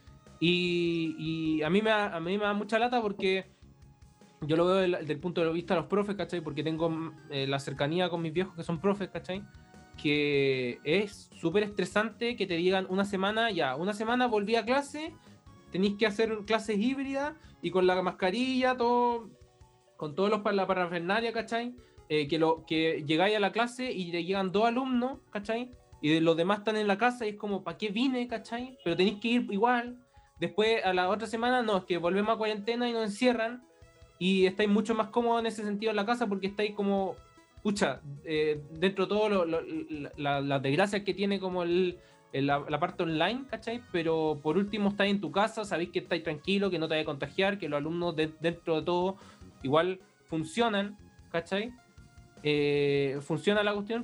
Y a mí me da mucha lata porque yo lo veo del punto de vista de los profes, ¿cachai? Porque tengo la cercanía con mis viejos que son profes, ¿cachai? Que es súper estresante que te digan una semana volví a clase, tenéis que hacer clases híbridas y con la mascarilla, todo, con todos la parafernalia, ¿cachai? Que llegáis a la clase y te llegan 2 alumnos, ¿cachai? Y de los demás están en la casa y es como, ¿para qué vine, ¿cachai? Pero tenéis que ir igual. Después, a la otra semana, no, es que volvemos a cuarentena y nos encierran y estáis mucho más cómodos en ese sentido en la casa porque estáis como, pucha, dentro de todo las desgracias que tiene como la parte online, ¿cachai? Pero por último estáis en tu casa, sabéis que estáis tranquilo, que no te vais a contagiar, que los alumnos dentro de todo igual funcionan, ¿cachai? Funciona la cuestión,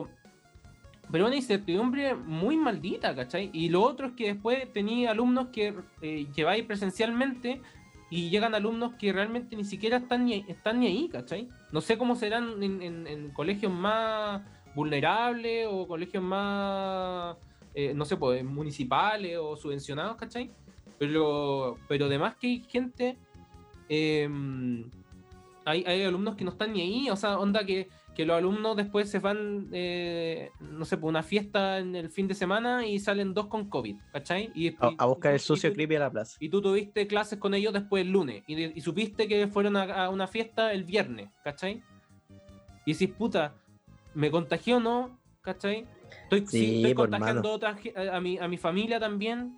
pero una incertidumbre muy maldita, ¿cachai? Y lo otro es que después tenía alumnos que lleváis presencialmente y llegan alumnos que realmente ni siquiera están ni ahí, ¿cachai? No sé cómo serán en colegios más vulnerables o colegios más, no sé, pues municipales o subvencionados, ¿cachai? Pero además que hay gente, eh, hay alumnos que no están ni ahí, o sea, onda que los alumnos después se van, no sé, por una fiesta en el fin de semana y salen 2 con COVID, ¿cachai? A buscar el sucio creepy a la plaza. Y tú tuviste clases con ellos después el lunes y supiste que fueron a una fiesta el viernes, ¿cachai? Y decís, puta, ¿me contagió o no? ¿Cachai? Sí, estoy Sí, por contagiando hermano. a mi familia también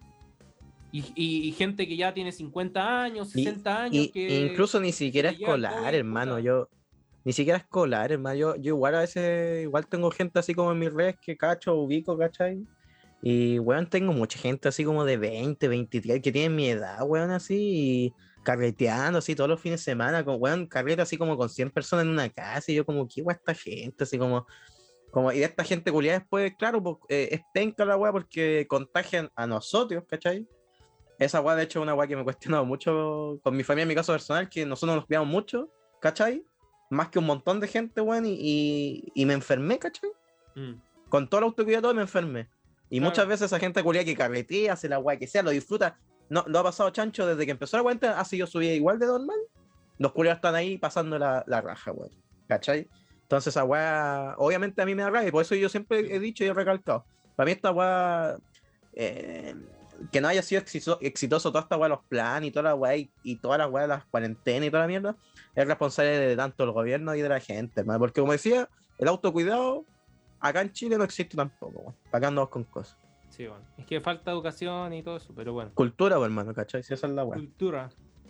y gente que ya tiene 50 años, Y, 60 años y incluso ni que siquiera te llega el escolar, COVID, hermano. puta. Ni siquiera escolar, hermano. Yo igual a veces, igual tengo gente así como en mis redes que cacho, ubico, ¿cachai? Y, weón, tengo mucha gente así como de 20, 23 que tienen mi edad, weón, así, y carreteando así todos los fines de semana, con, weón, carreta así como con 100 personas en una casa, y yo como, ¿qué weón esta gente? Así y de esta gente culiada después, claro, pues, es penca la weá porque contagian a nosotros, ¿cachai? Esa weá, de hecho, es una weá que me he cuestionado mucho con mi familia, en mi caso personal, que nosotros nos cuidamos mucho, ¿cachai? Más que un montón de gente, weón, y me enfermé, ¿cachai? Mm, Con todo el autocuidado me enfermé. Y muchas claro. veces esa gente culia que carretea, hace la weá que sea, lo disfruta. No, lo ha pasado chancho desde que empezó la cuenta, así yo subí igual de normal. Los culiados están ahí pasando la raja, weón. ¿Cachai? Entonces esa weá, obviamente a mí me da rabia, y por eso yo siempre he dicho y he recalcado. Para mí esta weá, eh, que no haya sido exitoso toda esta weá, los planes y toda la weá, y todas las weá, las cuarentenas y toda la mierda, es responsable de tanto el gobierno y de la gente, hermano. Porque como decía, el autocuidado acá en Chile no existe tampoco, weón. Para acá andamos con cosas. Sí, bueno. Es que falta educación y todo eso, pero bueno. Cultura, pues, hermano, ¿cachai? Si esa es la weá. Cultura.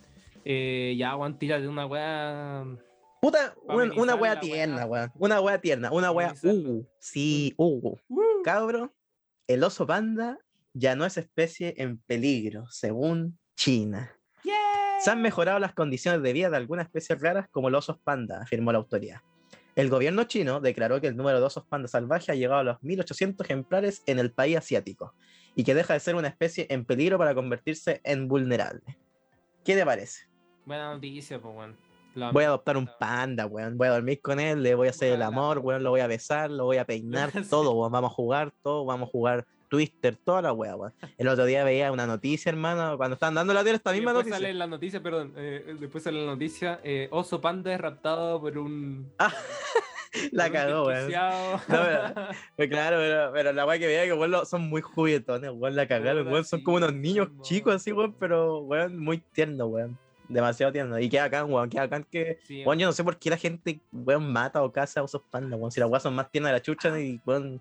Ya, weón, tírate una weá. Puta, Para una amenizar wea la tierna, weá. weón. Una wea tierna, una Para wea amenizarlo. Sí, Cabro, el oso panda ya no es especie en peligro, según China. Se han ¡Yeah! mejorado las condiciones de vida de algunas especies raras como los osos panda, afirmó la autoridad. El gobierno chino declaró que el número de osos panda salvajes ha llegado a los 1.800 ejemplares en el país asiático y que deja de ser una especie en peligro para convertirse en vulnerable. ¿Qué te parece? Buena noticia, pues, weón. Voy a adoptar un panda, weón. Voy a dormir con él, le voy a hacer el amor, weón. Lo voy a besar, lo voy a peinar, todo, weón. Vamos a jugar todo, vamos a jugar Twister, toda la weá, weón. El otro día veía una noticia, hermano, cuando estaban dando la tele, esta Y misma después noticia. sale la noticia, perdón, después sale la noticia, oso panda es raptado por Ah, por la un cagó, weón. desquiciado. No, pero claro, pero la weá que veía que, weón, son muy juguetones, weón, la cagaron, Puta, weón. Son como sí, unos niños chicos, así, weón, hermoso. pero, weón, muy tiernos, weón. Demasiado tierno. Y queda acá, weón, queda acá que. Sí, Weón, yo no sé por qué la gente, weón, mata o caza osos pandas, weón. Si las weas son más tiernas de la chucha y, weón.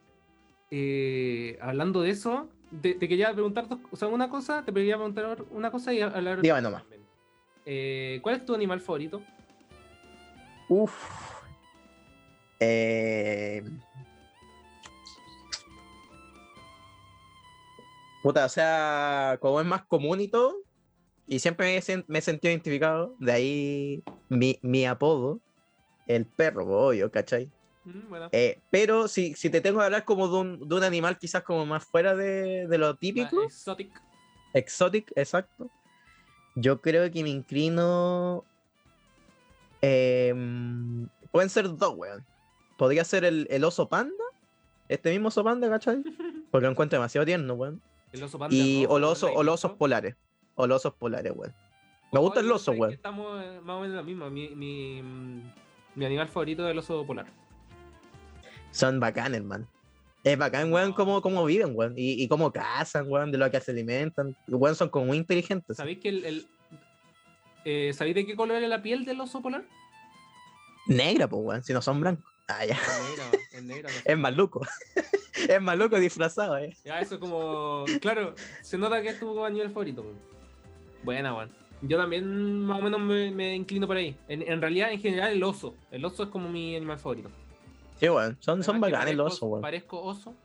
hablando de eso, te quería preguntar o sea, una cosa, te quería preguntar una cosa y hablar otra Dígame cosa nomás. también. ¿Cuál es tu animal favorito? Uf. Eh... Puta, o sea, como es más común y todo, y siempre me he sentido identificado, de ahí mi apodo, el perro, obvio, ¿cachai? Bueno, Pero si te tengo que hablar como de un animal quizás como más fuera de lo más típico, exotic. exotic, exacto, yo creo que me inclino... pueden ser dos, weón. Podría ser el oso panda, este mismo oso panda, ¿cachai? Porque lo encuentro demasiado tierno, weón. El oso panda Y rojo, ¿no lo o habéis los osos visto? polares. O los osos polares, weón. Me Oh, gusta el igual oso, sabéis que weón. estamos más o menos en la misma. Mi animal favorito es el oso polar. Son bacanes, man. Es bacán, weón, No. cómo viven, weón. Y cómo cazan, weón, de lo que se alimentan. Weón, son como muy inteligentes. ¿Sabéis que ¿sabéis de qué color es la piel del oso polar? Negra, pues, weón, si no son blancos. Ah, ya. Es negra, no Es sé. maluco. Es maluco disfrazado, Ya, eso como. Claro, se nota que es tu animal favorito. Weón. Buena, weón. Yo también más o menos me inclino por ahí. En realidad, en general, el oso. El oso es como mi animal favorito. Sí, weón. Son Además que bacanes los osos, weón. parezco oso.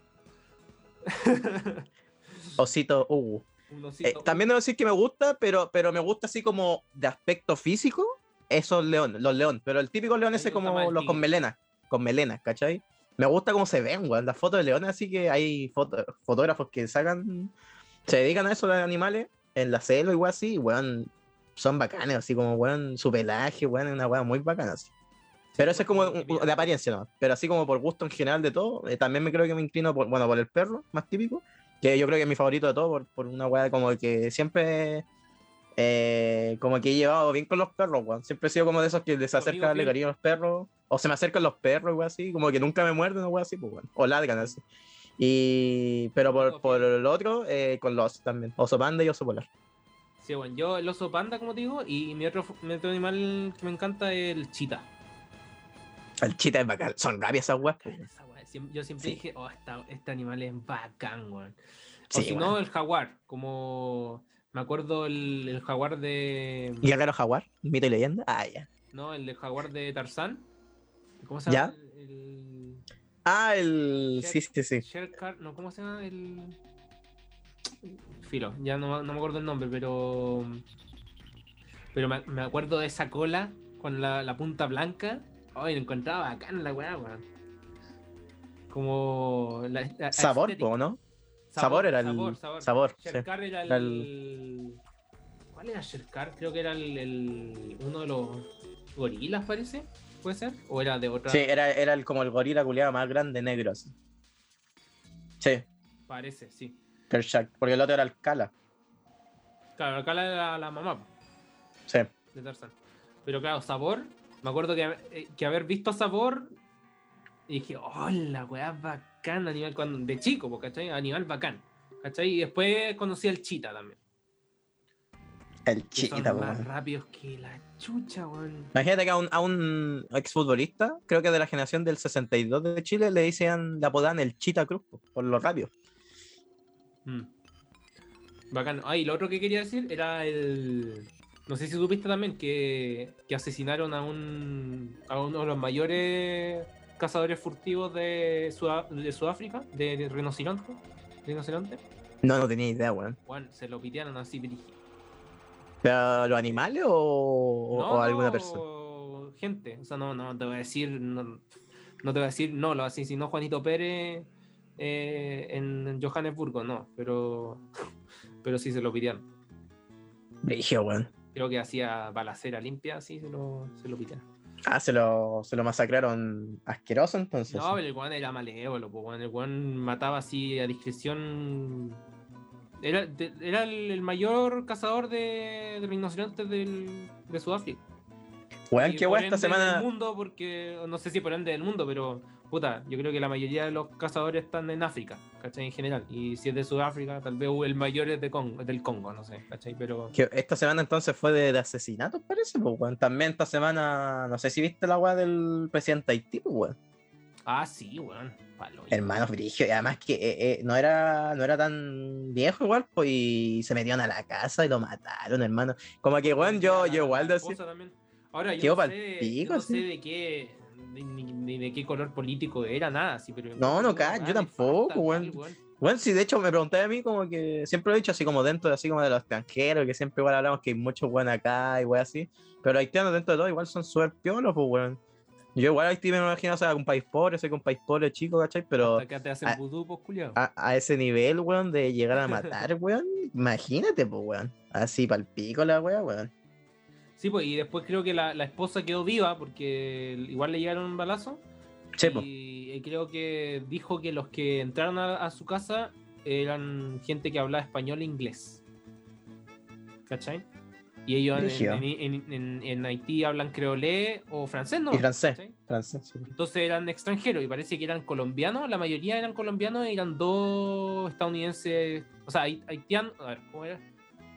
Osito, Un osito. También debo decir que me gusta, pero me gusta así como de aspecto físico, esos leones, los leones. Pero el típico león A mí me ese gusta más como el los tigre. con melenas, ¿cachai? Me gusta cómo se ven, weón, las fotos de leones, así que hay fotógrafos que sacan, se dedican a eso de animales, en la selva, igual así, y, weón, son bacanes, así como, weón, su pelaje, weón, es una weón muy bacana, así. Sí, Pero eso pues es como como que de apariencia, ¿no? Pero así como por gusto en general de todo, también me creo que me inclino por, bueno, por el perro, más típico, que yo creo que es mi favorito de todo, por una weá como que siempre, como que he llevado bien con los perros, weón. Siempre he sido como de esos que les tu acerca amigo darle fiel. cariño a los perros, o se me acercan los perros, weón, así, como que nunca me muerden, weón, así, pues, weón. O ladran así. Pero Amigo por fiel. el otro, con los también, oso panda y oso polar. Sí, bueno, yo el oso panda, como te digo, y mi otro animal que me encanta es el chita. El chita es bacán, son rabias esas weas, pues, Bacán weón. esa wea. Yo siempre Sí, dije, oh, este animal es bacán, weón. O sí, si no, weón. el jaguar, como me acuerdo el jaguar ¿Y el raro jaguar? ¿Mito y leyenda? Ah, ya. no, el del jaguar de Tarzán. ¿Cómo se llama? ¿Ya? Ah, Sher, sí, sí, sí. Sherkar, no, ¿cómo se llama? Filo, ya no me acuerdo el nombre, pero me acuerdo de esa cola con la punta blanca. Ay, lo encontraba bacán la weá, weón. Como la Sabor, aesthetic. po, ¿no? Sabor era el. Sabor, sí. Sherkar era Era ¿Cuál era Sherkar? Creo que era uno de los gorilas, parece. ¿Puede ser? ¿O era de otra? Sí, era como el gorila culiado más grande negro, así. Sí, Parece, sí. Kershak, porque el otro era el Kala. Claro, acá la mamá Sí. de Tarzán. Pero claro, Sabor, me acuerdo que haber visto Sabor y dije, oh, la weá bacán, animal, de chico, ¿cachai? Animal bacán, ¿cachai? Y después conocí al Chita también. El Que son Chita, más weón. rápidos que la chucha, weón. Imagínate que a un exfutbolista, creo que de la generación del 62 de Chile, le apodan el Chita Cruz, por lo rápido. Mm. Bacán. Ah, y lo otro que quería decir era no sé si supiste también que asesinaron a uno de los mayores cazadores furtivos de Sudáfrica, de rinoceronte. ¿Rinoceronte? No tenía idea, weón. Bueno, se lo pitearon así, brígido. ¿Pero los animales o alguna persona? No, gente. O sea, no te voy a decir, no te voy a decir, no, lo asesinó Juanito Pérez en Johannesburgo, no, pero sí se lo pitearon. Brigio, weón. Creo que hacía balacera limpia, así se lo pitearon. Ah, se lo masacraron asqueroso entonces. No, pero el weón era malévolo, pues, weón. El weón mataba así a discreción. Era el mayor cazador de rinocerontes de Sudáfrica. Weón, Y qué por weón esta ende del semana. mundo, porque no sé si por ende del mundo, pero puta, yo creo que la mayoría de los cazadores están en África, ¿cachai? En general. Y si es de Sudáfrica, tal vez el mayor es del Congo, no sé, ¿cachai? Pero. Que esta semana entonces fue de asesinatos, parece, pues, weón. También esta semana, no sé si viste la weá del presidente de Haití, pues, weón. Ah, sí, weón. Palo, Hermanos Brigio, y además que no era tan viejo igual, pues, y se metieron a la casa y lo mataron, hermano. Como que, weón, yo igual decía, también. Ahora, quedó yo pa'l pico, no sé así. de qué, ni de qué color político era, nada, sí, pero No, encuentro que una yo weá tampoco, nefasta, weón. weón. Bueno, sí, de hecho me pregunté a mí como que siempre lo he dicho así como dentro de así como de los extranjeros, que siempre igual hablamos que hay muchos weón acá y weón así, pero los haitianos dentro de todo igual son súper piolos, pues weón. Yo igual Haití me imagino, o sea, un país pobre, sé que un país pobre chico, ¿cachai? Pero Hasta que te hacen a, vudú, pues, culiao. a ese nivel, weón, de llegar a matar, weón, imagínate, pues weón. Así pal pico la weón. Sí, pues, y después creo que la esposa quedó viva porque igual le llegaron un balazo. Sí, pues. Y creo que dijo que los que entraron a su casa eran gente que hablaba español e inglés. ¿Cachai? Y ellos Brígido. en Haití hablan creolé o francés, ¿no? Y francés. ¿Cachai? Francés, sí. Entonces eran extranjeros y parece que eran colombianos, la mayoría eran colombianos y eran dos estadounidenses, o sea, haitianos, a ver, ¿cómo era?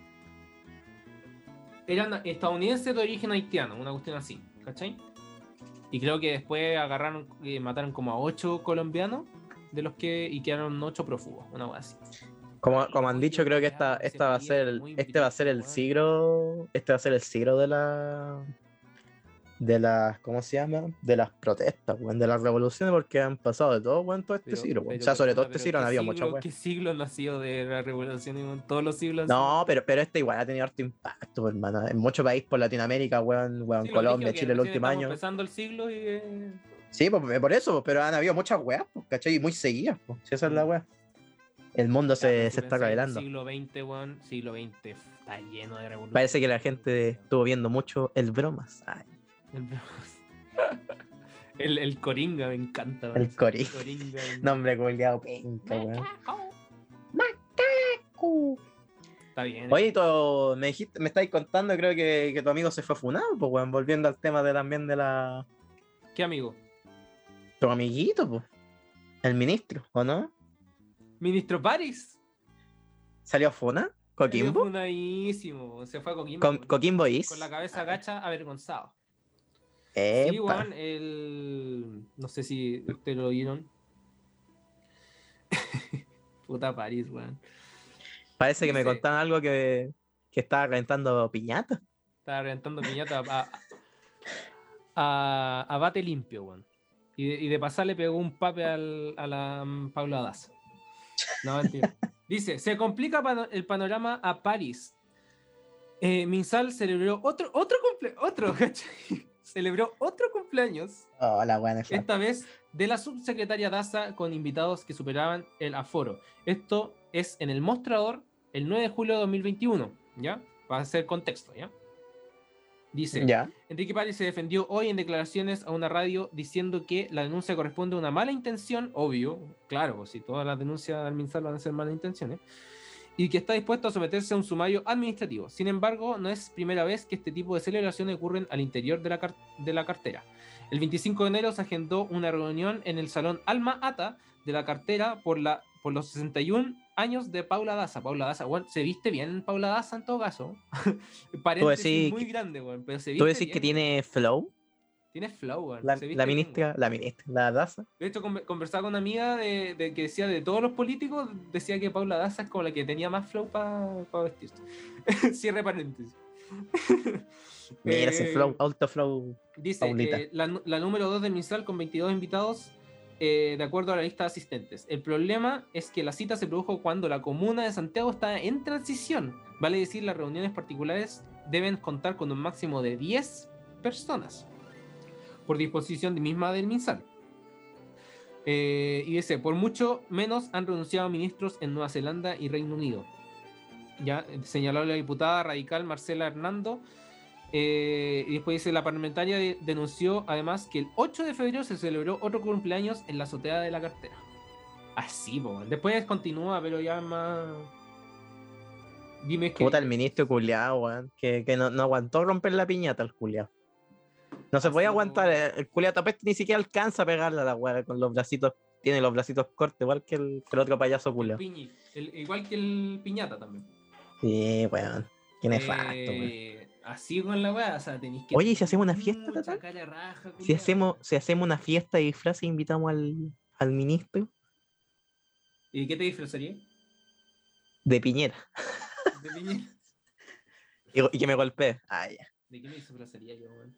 Eran estadounidenses de origen haitiano, una cuestión así, ¿cachai? Y creo que después agarraron y mataron como a 8 colombianos y quedaron 8 prófugos, una cosa así. Como han dicho, creo que esta va a ser, este va a ser el siglo, este va a ser el siglo de las, ¿cómo se llama? De las protestas, weón, de las revoluciones, porque han pasado de todo, weón, todo este siglo, weón. O sea, sobre todo este siglo han habido muchas, weón. ¿Qué siglo no ha sido de la revolución? En todos los siglos. No, pero este igual ha tenido harto impacto, hermano. En muchos países por Latinoamérica, weón, Sí, Colombia, Chile el último estamos año. empezando el siglo y. Sí, pues, por eso, pues, pero han habido muchas weas, pues, ¿cachai? Y muy seguidas, pues. Si esa es la wea. El mundo se está revelando. Siglo XX, weón. Siglo XX está lleno de revoluciones. Parece que la gente estuvo viendo mucho el bromas. Ay. El Coringa me encanta, weón. El Coringa. Nombre culiado penca, weón. Macaco. Está bien. Oye, me estáis contando, creo que tu amigo se fue funado, pues, weón. Volviendo al tema también de la. ¿Qué amigo? Tu amiguito, pues. El ministro, ¿o no? Ministro París. ¿Salió funa? Salió ¿Coquimbo? funadísimo. Se fue a Coquimbo. Coquimbo is. Con la cabeza agacha, avergonzado. Epa. Sí, weón, no sé si ustedes lo vieron. Puta París, weón. Parece que me contaron algo que estaba reventando piñata. Estaba reventando piñata a bate limpio, weón. Y de pasar le pegó un pape a la Paula Daza. No, mentira. Dice, se complica el panorama a París. Minsal celebró otro, ¿cachai? celebró otro cumpleaños, Oh, la weá nefasta. esta vez de la subsecretaria Daza, con invitados que superaban el aforo. Esto es en el mostrador el 9 de julio de 2021, ¿ya? Para hacer contexto, ¿ya? Dice, Ya. Enrique París se defendió hoy en declaraciones a una radio diciendo que la denuncia corresponde a una mala intención, obvio, claro, pues si todas las denuncias al MinSal van a ser malas intenciones, y que está dispuesto a someterse a un sumario administrativo. Sin embargo, no es primera vez que este tipo de celebraciones ocurren al interior de la cartera. El 25 de enero se agendó una reunión en el Salón Alma Ata de la cartera por los 61 años de Paula Daza. Paula Daza, bueno, se viste bien Paula Daza en todo caso. ¿Tú Paréntesis decís, muy grande, bueno, pero se tú viste decís bien. que tiene flow? Tiene flow, bueno, La, se la viste bien, ministra, bueno. la ministra, la Daza. De hecho, conversaba con una amiga de que decía de todos los políticos, decía que Paula Daza es como la que tenía más flow para vestirse. Cierre paréntesis. Mira ese flow, Eh, alto flow, Dice, Paulita. la número 2 del MinSal con 22 invitados, de acuerdo a la lista de asistentes. El problema es que la cita se produjo cuando la comuna de Santiago está en transición. Vale decir, las reuniones particulares deben contar con un máximo de 10 personas, por disposición misma del MinSal. Y dice, por mucho menos han renunciado ministros en Nueva Zelanda y Reino Unido. Ya señaló la diputada radical Marcela Hernando. Y después dice, la parlamentaria denunció además que el 8 de febrero se celebró otro cumpleaños en la azotea de la cartera. Así, po. Después continúa, pero ya más... Dime qué Puta el dices. ministro culiao, weón. Que no aguantó romper la piñata el culiao. No se podía Así, aguantar. po. El culiao tapete ni siquiera alcanza a pegarle a la weá con los bracitos. Tiene los bracitos cortos, igual que el otro payaso El culiao. piñi. Igual que el piñata también. Sí, weón. Qué nefasto, weón. Así con la weá, o sea, tenéis que Oye, ¿y tener si hacemos una fiesta, mucha Tatán? cara raja, Si culiao. hacemos, si hacemos una fiesta de disfraz e invitamos al ministro ¿Y qué te disfrazaría? de Piñera ¿De piñera? y que me golpee. Ah, ya. ¿De qué me disfrazaría yo, weón?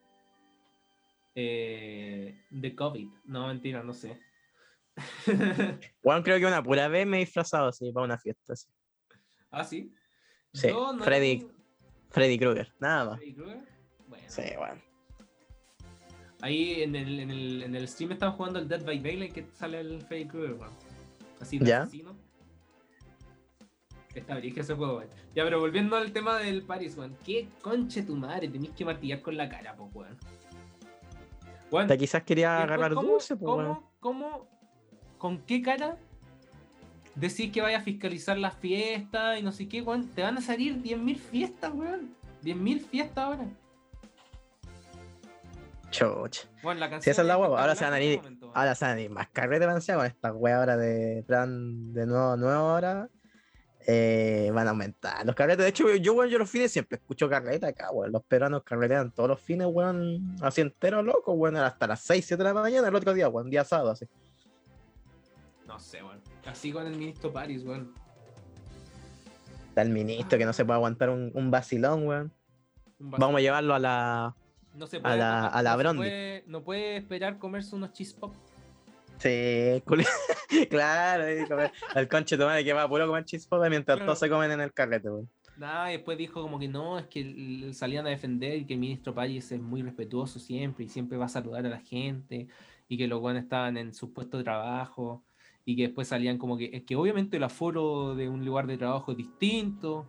De COVID. No, mentira, no sé. Bueno, creo que una pura vez me he disfrazado así para una fiesta. Así. Ah, sí. Sí, Yo no he Freddy, tenido. Freddy Krueger, nada más. Freddy Krueger. Bueno. Sí, bueno. Ahí en el stream estaban jugando el Dead by Daylight que sale el Freddy Krueger, weón. Así de ¿Ya? asesino. Está bien, que ese juego, weón. Ya, pero volviendo al tema del Paris, weón. ¿Qué conche tu madre tenéis que martillar con la cara, po, weón? Hasta Weón. quizás Y quería después, agarrar dulce, pues, bueno. con qué cara decís que vaya a fiscalizar las fiestas y no sé qué, weón? Te van a salir 10.000 fiestas, weón. 10.000 fiestas ahora. Chocha. Bueno, la Si canción esa es es la hueá, ahora se espectacular van a en este ir, momento, weón. ahora se van a ir más carrete van con esta weá ahora de plan de nuevo ahora. Van a aumentar los carretes. De hecho, weón, yo los fines siempre escucho carreta acá, weón. Los peruanos carretean todos los fines, weón, así enteros locos, weón, hasta las 6, 7 de la mañana el otro día, weón, día sábado, así. No sé, weón. Así con el ministro Paris, weón. Está el ministro que no se puede aguantar un vacilón, weón. Un Vamos a vacilón. llevarlo a la No se a puede la, tomar, a la Brondi. no puede esperar comerse unos cheese pop. Sí, claro, el conche de madre que va a puro comer chispoda mientras Claro. todos se comen en el carrete, weón. Nada, y después dijo como que no, es que salían a defender y que el ministro Paris es muy respetuoso siempre y siempre va a saludar a la gente y que los buenos estaban en su puesto de trabajo y que después salían como que es que obviamente el aforo de un lugar de trabajo es distinto.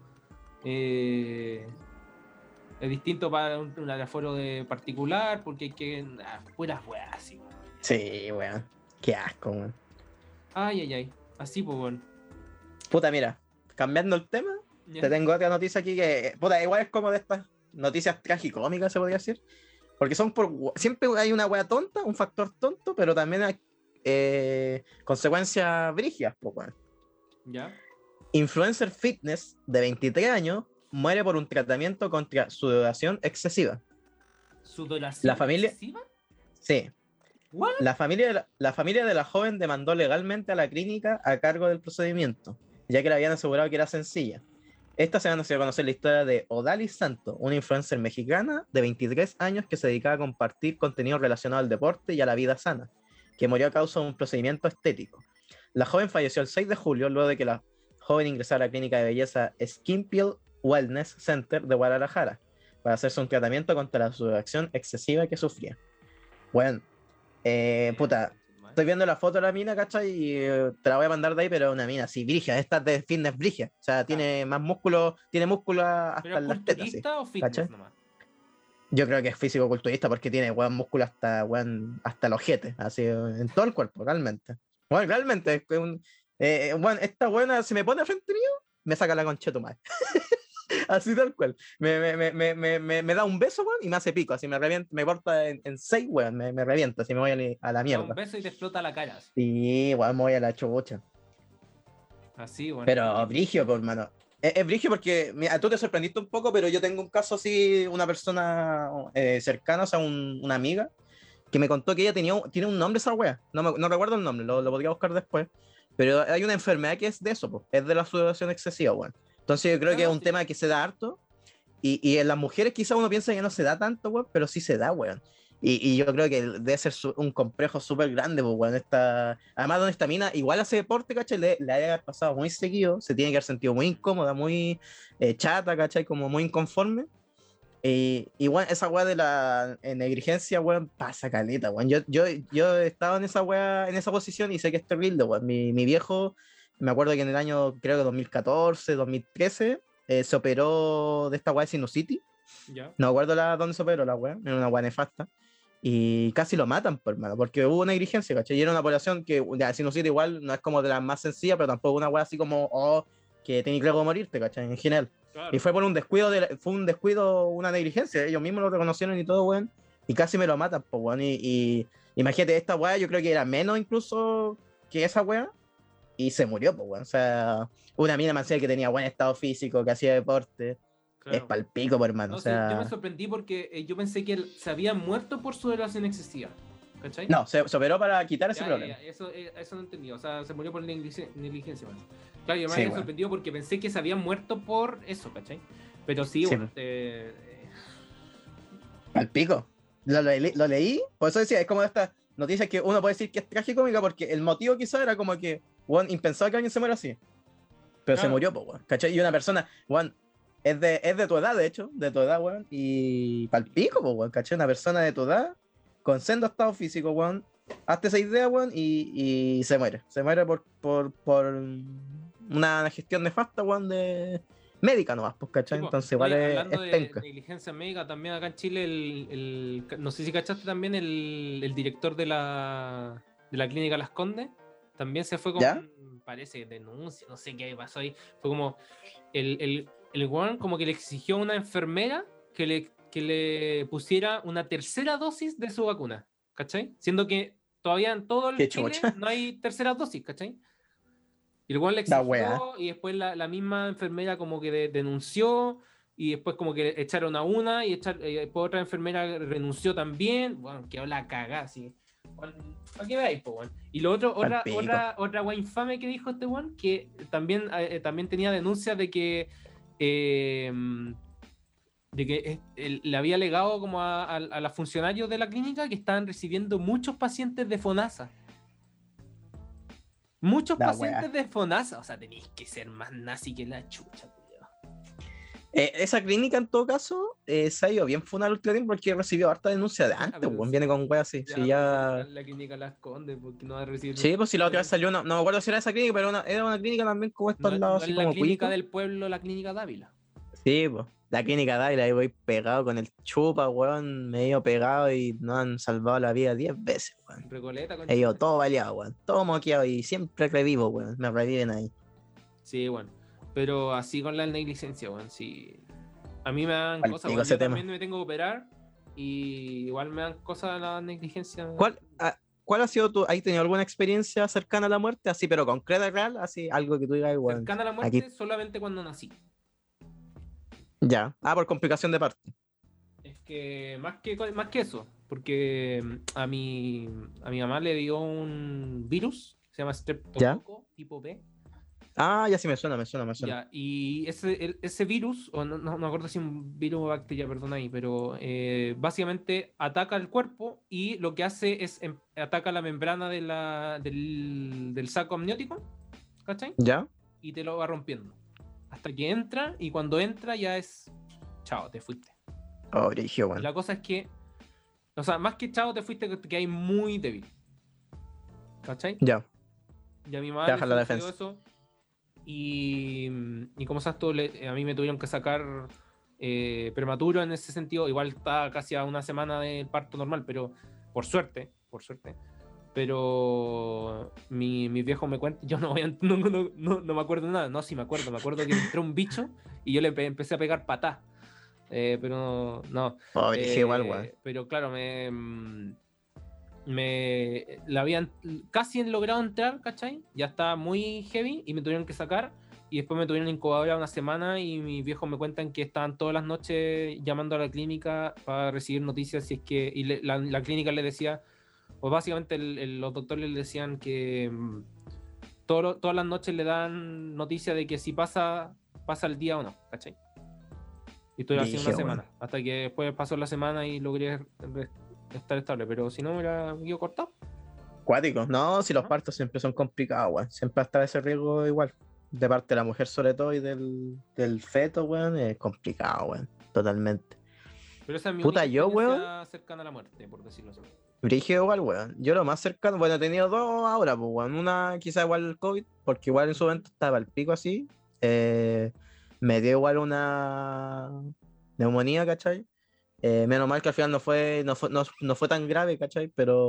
Es distinto para un aforo de particular porque hay que... puras weas así, weón. Sí, weón. Qué asco, weón. Ay, ay, ay. Así, pues, bueno. Puta, mira, cambiando el tema, Ya. te tengo otra noticia aquí que, puta, igual es como de estas noticias tragicómicas, se podría decir. Porque son siempre hay una wea tonta, un factor tonto, pero también hay consecuencias brígidas, pues, weón. ¿Ya? Influencer fitness de 23 años muere por un tratamiento contra sudoración excesiva. ¿Sudoración La familia, excesiva? sí, ¿What? la familia de la joven demandó legalmente a la clínica a cargo del procedimiento, ya que le habían asegurado que era sencilla. Esta semana se dio a conocer la historia de Odalis Santo, una influencer mexicana de 23 años que se dedicaba a compartir contenido relacionado al deporte y a la vida sana, que murió a causa de un procedimiento estético. La joven falleció el 6 de julio luego de que la joven ingresara a la clínica de belleza Skin Peel Wellness Center de Guadalajara. para hacerse un tratamiento contra la sudoración excesiva que sufría. Bueno, puta, estoy viendo la foto de la mina, ¿cachai? Y te la voy a mandar de ahí, pero una mina así, brígida, esta es de fitness brígida. O sea, tiene más músculo, tiene músculo ¿Pero hasta es en las tetas, sí. culturista o fitness ¿Cachai? nomás? Yo creo que es físico-culturista porque tiene, weón, músculo hasta, weón, hasta el ojete, así, en todo el cuerpo, realmente. Bueno, realmente, es que bueno, esta buena se me pone frente mío, me saca la concha de tu madre. Así tal cual. Me da un beso, weón, y me hace pico, así me revienta, me corta en seis, weón, me revienta, así me voy a la Te da un mierda. beso y te explota la cara. Así, Y, weón, me voy a la chubucha. así, bueno. Pero brigio, pues, hermano. Es brigio porque mira, tú te sorprendiste un poco, pero yo tengo un caso así, una persona cercana, o sea, una amiga, que me contó que ella tiene un nombre esa wea. No recuerdo el nombre, lo podría buscar después. Pero hay una enfermedad que es de eso, po, es de la sudoración excesiva, weón. Entonces yo creo No, que es no, un sí. tema que se da harto. Y en las mujeres quizá uno piensa que no se da tanto, weón, pero sí se da, weón. Y yo creo que debe ser un complejo súper grande, pues, weón. Además, donde esta mina igual hace deporte, ¿cachai? Le ha de haber pasado muy seguido, se tiene que haber sentido muy incómoda, muy chata, ¿cachai? Como muy inconforme. Y bueno, esa weá de la negligencia, weón, pasa caleta, weón. Yo he estado en esa weá, en esa posición y sé que es terrible, weón. Mi viejo, me acuerdo que en el año, creo que 2014, 2013, se operó de esta weá de sinusitis. Ya. No me acuerdo dónde se operó la weá, era una weá nefasta. Y casi lo matan, por hermano, porque hubo negligencia, ¿cachai? Y era una población que, ya, sinusitis igual no es como de las más sencillas, pero tampoco una weá así como, oh, que tenés que luego morirte, ¿cachai? En general. Y Claro. fue por un descuido, fue un descuido, una negligencia. Ellos mismos lo reconocieron y todo, weón. Y casi me lo matan, pues, weón. Y imagínate, esta weá yo creo que era menos incluso que esa weá. Y se murió, pues, weón. O sea, una mina más que tenía buen estado físico, que hacía deporte. Es Claro. palpico, por hermano. O No, sí, yo me sea, sorprendí porque yo pensé que él se había muerto por su relación excesiva. ¿Cachai? no, se operó para quitar ese Ya, problema. eso no entendí. O sea, se murió por negligencia. Bueno. Claro, yo me Sí, había weón. sorprendido porque pensé que se había muerto por eso, ¿cachai? Pero sí, Sí, bueno, palpico. Lo leí, por eso decía, es como estas noticias que uno puede decir que es tragicómica, porque el motivo quizá era como que, weón, impensado que alguien se muera así. Pero se claro. murió, pues, weón. ¿Cachai? Y una persona, weón, es de tu edad, de hecho, de tu edad, weón. Y palpico, pues, weón, ¿cachai? Una persona de tu edad, con sendo estado físico, weón. Hazte esa idea, weón, y se muere. Se muere por una gestión nefasta, weón, de médica nomás, pues, Sí, ¿cachai? po. Entonces No, igual y hablando es de penca. negligencia médica, también acá en Chile, no sé si cachaste también el director de la clínica Las Condes, también se fue ¿Ya? con, parece, denuncia, no sé qué pasó ahí. Fue como, el weón como que le exigió a una enfermera que le pusiera una tercera dosis de su vacuna, ¿cachai? Siendo que todavía en todo el Qué Chile chucha. no hay tercera dosis, ¿cachai? Y el weón le Da weá. exigió y después la misma enfermera como que denunció y después como que echaron a una y después otra enfermera renunció también. Bueno, quedó la cagada, así. Bueno, ¿para qué veis, po, weón? Y lo otro, Palpico. otra weá infame que dijo este weón, que también tenía denuncias eh, de que le había alegado como a los funcionarios de la clínica que estaban recibiendo muchos pacientes de FONASA. Muchos Da weá. pacientes de FONASA. O sea, tenéis que ser más nazi que la chucha, culiao. Esa clínica, en todo caso, se ha ido bien funada el último tiempo porque recibió harta denuncia de Ya, antes, pero weón. si, Viene con weas así. Sí, pero si ya. la clínica Las Condes, porque no va a recibir Sí, pues si la otra vez denuncia. salió, no me acuerdo si era esa clínica, pero era una clínica también como estos No, lados, no es así la como clínica cuico. del pueblo, la clínica Dávila. Sí, pues. La clínica Dávila, ahí voy pegado con el chupa, weón, medio pegado y no han salvado la vida 10 veces, weón. Recoleta con He ido Chile. todo baleado, weón. Todo moqueado y siempre revivo, weón. Me reviven ahí. Sí, bueno. Pero así con la negligencia, weón. Sí. A mí me dan Al cosas, pico weón. Yo ese también tema. me tengo que operar y igual me dan cosas la negligencia. ¿Cuál ha sido tu, ¿has tenido alguna experiencia cercana a la muerte? Así, pero concreta, real, así, algo que tú digas, weón. Cercana a la Aquí, muerte solamente cuando nací. ya. Ah, por complicación de parte. Es que más que eso, porque a mi mamá le dio un virus, se llama ¿Ya? Streptococo tipo B. Ah, ya sí me suena. Ya, y ese virus, o no me acuerdo si un virus o bacteria, perdón ahí, pero básicamente ataca el cuerpo y lo que hace es ataca la membrana del saco amniótico, ¿cachai? ¿Ya? Y te lo va rompiendo. Hasta que entra, y cuando entra ya es, chao, te fuiste. Oh, brígido, Y weón. la cosa es que, o sea, más que chao te fuiste, que hay muy débil. ¿Cachai? Ya, Y a mi mamá te le baja la sucedió defensa. eso. Y como sabes tú, a mí me tuvieron que sacar prematuro en ese sentido. Igual está casi a una semana del parto normal, pero por suerte. Pero mi viejo me cuenta, yo no voy a, no me acuerdo de nada. No, sí me acuerdo que entró un bicho y yo le empecé a pegar patá. Pero no. Oh, brígido igual, weón. Pero claro, me la habían casi logrado entrar, ¿cachai? Ya estaba muy heavy y me tuvieron que sacar. Y después me tuvieron en incubadora una semana y mis viejos me cuentan que estaban todas las noches llamando a la clínica para recibir noticias si es que... Y la clínica les decía, pues básicamente los doctores les decían que todas las noches le dan noticias de que si pasa el día o no, ¿cachai? Y estoy así una Brígido, weón. semana, hasta que después pasó la semana y logré estar estable, pero si no me hubiera ido cortado. Cuático. No, si los ¿No? partos siempre son complicados, weón. Siempre está ese riesgo igual. De parte de la mujer sobre todo y del feto, weón, es complicado, weón. Totalmente. Pero esa es mi Puta, única yo, weón, experiencia cercana a la muerte, por decirlo así. brígido igual, weón. Yo lo más cercano, bueno, he tenido dos ahora, pues, weón. Una quizá igual el COVID, porque igual en su momento estaba al pico así. Eh, Me dio igual una neumonía, ¿cachai? Menos mal que al final no fue tan grave, ¿cachai?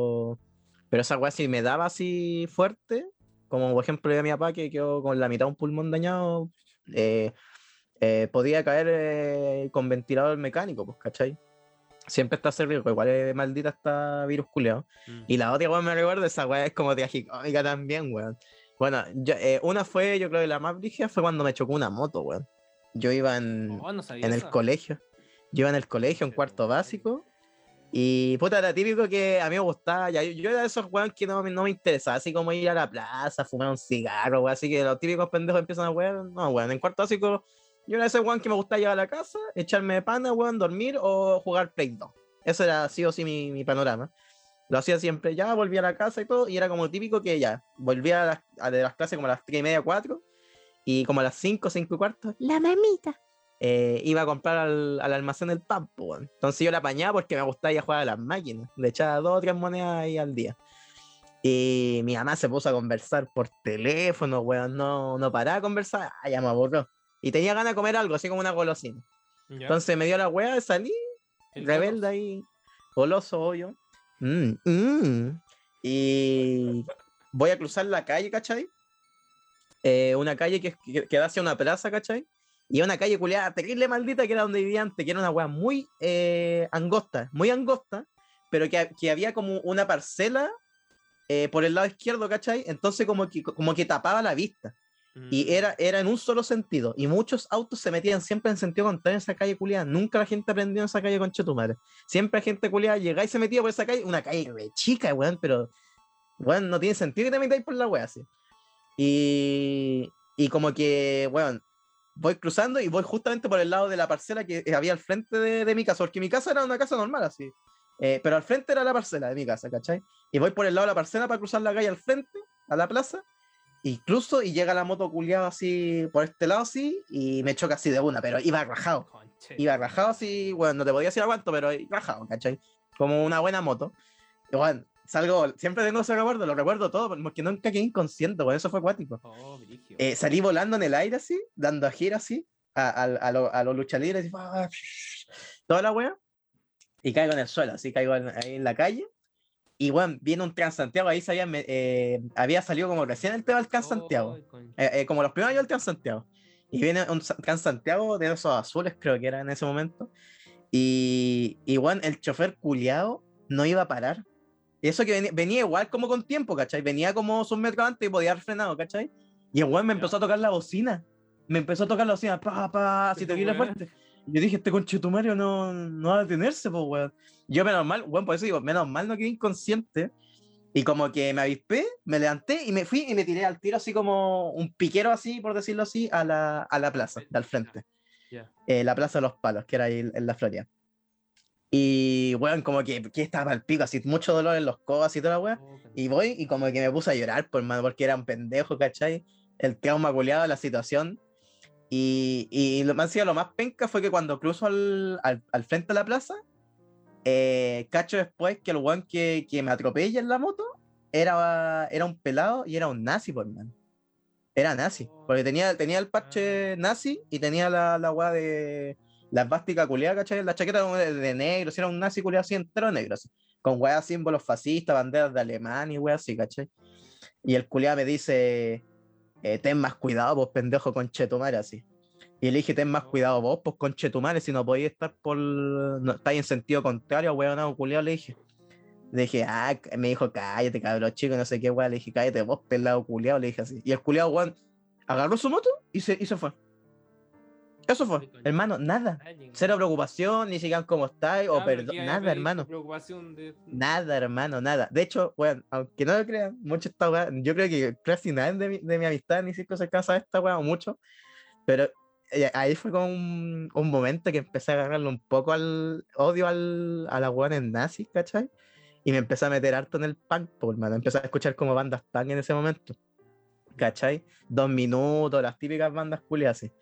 Pero esa weá si me daba así fuerte, como por ejemplo de mi papá que quedó con la mitad de un pulmón dañado, eh, podía caer con ventilador mecánico, pues, ¿cachai? Siempre está ese riesgo, igual es maldita esta virus culeado. Mm. Y la otra weón me recuerdo, esa weá es como tragicómica también, weón. Bueno, una fue, yo creo que la más brígida fue cuando me chocó una moto, weón. Yo iba Oh, no sabía en el esa. colegio. Yo iba en el colegio, en Che, tu cuarto madre. básico. Y puta, era típico que a mí me gustaba. Ya, yo era de esos weón que no me interesaba, así como ir a la plaza, fumar un cigarro, weón. Así que los típicos pendejos empiezan a weón. No, weón, en cuarto básico, yo era ese weón que me gustaba llegar a la casa, echarme de pana, weón, dormir o jugar Play 2. Eso era sí o sí mi panorama. Lo hacía siempre, ya volvía a la casa y todo, y era como típico que ya, volvía de las clases como a las 3:30, 4, y como a las 5, 5:15, la mamita iba a comprar al almacén del pan, po, weón. Entonces yo la apañaba porque me gustaba ir a jugar a las máquinas, le echaba 2 o 3 monedas ahí al día. Y mi mamá se puso a conversar por teléfono, weón, no paraba de conversar, ya me aburrió. Y tenía ganas de comer algo, así como una golosina. ¿Ya? Entonces me dio la weá, salí, El rebelde goloso. ahí, goloso, obvio. Mm, mm. Y voy a cruzar la calle, ¿cachai? Una calle que da hacia una plaza, ¿cachai? Y una calle culiada terrible maldita que era donde vivía antes, que era una weá muy angosta, pero que había como una parcela por el lado izquierdo, ¿cachai? Entonces como que tapaba la vista. Y Mm. era en un solo sentido. Y muchos autos se metían siempre en sentido contrario en esa calle culiada. Nunca la gente aprendió en esa calle con Chetumare. Siempre la gente culiada llegaba y se metía por esa calle, una calle re chica, weón, pero weón, no tiene sentido que te metáis por la weá así. Y como que, weón, voy cruzando y voy justamente por el lado de la parcela que había al frente de mi casa, porque mi casa era una casa normal así. Pero al frente era la parcela de mi casa, ¿cachai? Y voy por el lado de la parcela para cruzar la calle al frente, a la plaza. Incluso y llega la moto culiada así por este lado así y me choca así de una, pero iba rajado. Conche tu Iba rajado madre. así, bueno, no te podía decir a cuánto, pero rajado, ¿cachai? Como una buena moto. Y bueno, salgo, siempre tengo ese recuerdo, lo recuerdo todo, porque nunca quedé inconsciente, por eso fue acuático. Oh, brigio. Salí volando en el aire así, dando a gira así, a los lucha libres, toda la wea, y caigo en el suelo, así caigo ahí en la calle. Y bueno, viene un Transantiago, ahí había salido como recién el tema del Oh, Transantiago, conche. como los primeros años del Transantiago. Y viene un Transantiago de esos azules, creo que era en ese momento. Y bueno, el chofer culiao no iba a parar. Y eso que venía igual como con tiempo, ¿cachai? Venía como sus metros antes y podía haber frenado, ¿cachai? Y el weón me ¿Ya? empezó a tocar la bocina. Me empezó a tocar la bocina, así Pero, te weón. fuerte. Y yo dije, este conchetumario no va a detenerse, pues, weón. Yo, menos mal, weón, por eso digo, menos mal no quedé inconsciente. Y como que me avispé, me levanté y me fui y me tiré al tiro así como un piquero así, por decirlo así, a la plaza, de al frente. Ya. La plaza de los Palos, que era ahí en la Florida. Y, weón, como que estaba al pico, así, mucho dolor en los codos y toda la weá. Oh, Y conche. voy y como que me puse a llorar, por mano, porque era un pendejo, ¿cachai? El trauma culiado, la situación. Y lo más penca fue que cuando cruzo al frente de la plaza, cacho después que el weón que me atropella en la moto era un pelado y era un nazi, por man. Era nazi, porque tenía el parche nazi y tenía la weá de la esvástica culiada, ¿cachai? La chaqueta de negro, si era un nazi culiado así entero negro, así, con weá símbolos fascistas, banderas de Alemania y weá así, ¿cachai? Y el culiado me dice, ten más cuidado, vos pendejo conchetumare, así. Y le dije, ten más cuidado vos, pues conchetumare, si no podéis estar no estáis en sentido contrario, weón, no, culiado, le dije. Le dije, me dijo, cállate, cabrón, chico, no sé qué, weón. Le dije, cállate vos, pelado culiado, le dije así. Y el culiado, weón, agarró su moto y se fue. Eso fue, hermano, nada. Cero preocupación, ni siquiera cómo estáis, o perdón, nada, hermano. Nada, hermano, nada. De hecho, bueno, aunque no lo crean, mucho esta weá, yo creo que casi nada de mi amistad ni siquiera se casa de esta weá, o mucho, pero ahí fue como un momento que empecé a agarrarle un poco al odio a la weá en nazis, ¿cachai? Y me empecé a meter harto en el punk, pues, hermano. Empecé a escuchar como bandas punk en ese momento, ¿cachai? 2 minutos, las típicas bandas culias así.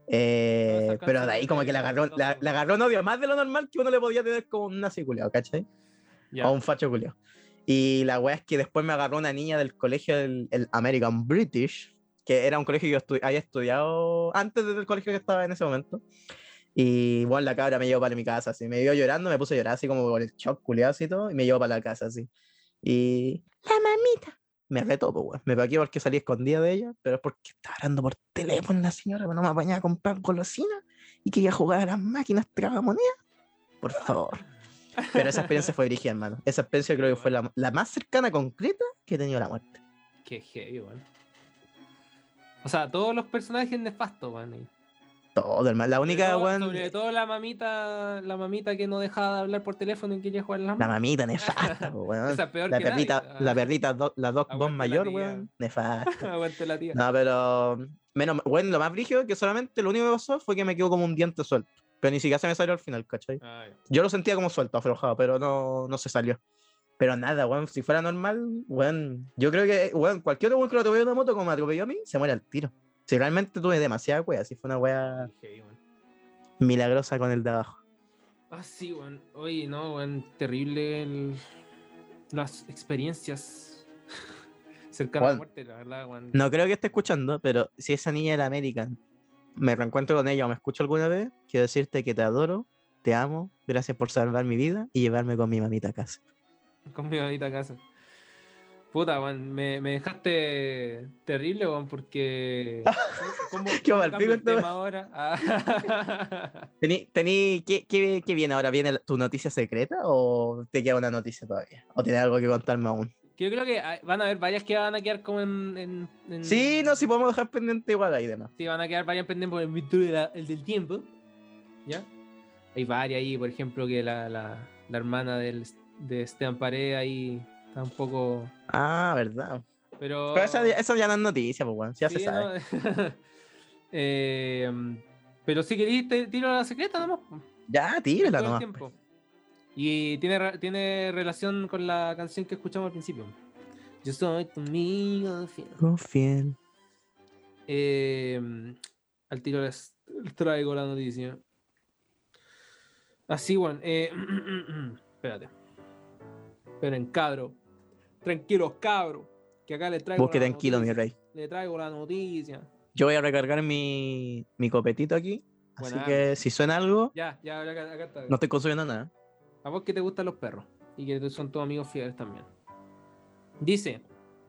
Pero de ahí como que le agarró un odio más de lo normal que uno le podía tener como un nazi culiao, ¿cachai? Ya. O un facho culiao. Y la wea es que después me agarró una niña del colegio, el American British, que era un colegio que yo había estudiado antes del colegio que estaba en ese momento. Y bueno, la cabra me llevó para mi casa, así. Me vio llorando, me puse a llorar así como por el shock culiao así y todo, y me llevó para la casa, así. Y la mamita me retó, pues, weón. Me paqué porque salí escondida de ella, pero es porque estaba hablando por teléfono la señora, pero no me apañaba a comprar golosinas y quería jugar a las máquinas tragamonedas. Por favor. Pero esa experiencia fue brígida, hermano. Esa experiencia creo que fue la más cercana, concreta que he tenido a la muerte. Qué heavy, weón. O sea, todos los personajes nefastos, weón. Todo, hermano. La única, weón. Sobre todo la mamita que no dejaba de hablar por teléfono y quería jugar en las La manos. mamita nefasta, weón. Esa es peor La que perrita, nadie. la perrita, la Doc Von Aguante la mayor, tía. weón. Nefasta. Aguante la tía. No, pero bueno, lo más brígido que solamente lo único que pasó fue que me quedó como un diente suelto. Pero ni siquiera se me salió al final, ¿cachai? Yo lo sentía como suelto, aflojado, pero no se salió. Pero nada, weón, si fuera normal, weón, yo creo que, weón, cualquier otro weón que lo atropelló una moto como me atropelló a mí, se muere al tiro. Si realmente tuve demasiada wea, si fue una wea milagrosa con el de abajo. Ah, sí, weón. Oye, no, weón, terrible las experiencias cercanas a la muerte, la verdad, weón. No creo que esté escuchando, pero si esa niña era American, me reencuentro con ella o me escucho alguna vez, quiero decirte que te adoro, te amo, gracias por salvar mi vida y llevarme con mi mamita a casa. Con mi mamita a casa. Puta, weón, me dejaste terrible, weón, porque... ¿Cómo cambio el tema ahora? ¿Qué viene ahora? ¿Viene tu noticia secreta o te queda una noticia todavía? ¿O tienes algo que contarme aún? Yo creo que van a haber varias que van a quedar como en... Sí, no, si podemos dejar pendiente igual ahí demás. Sí, van a quedar varias pendientes por el virtud el del tiempo. ¿Ya? Hay varias ahí, por ejemplo, que la hermana de Esteban Paredes ahí está un poco... Ah, verdad. Pero eso ya no es noticia, pues, bueno, ya sí, se sabe. ¿no? Pero si queréis, tiro la secreta nomás. Ya, tírala nomás. Pues. Y tiene relación con la canción que escuchamos al principio. Yo soy tu amigo fiel. Al tiro les traigo la noticia. Así, bueno. Espérate. Esperen, cabro. Tranquilos, cabro. Que acá les traigo Busque la tranquilo, noticia. mi rey. Le traigo la noticia. Yo voy a recargar mi copetito aquí. Así que si suena algo. Ya, acá está. No estoy consumiendo nada. A vos que te gustan los perros. Y que son tus amigos fieles también. Dice: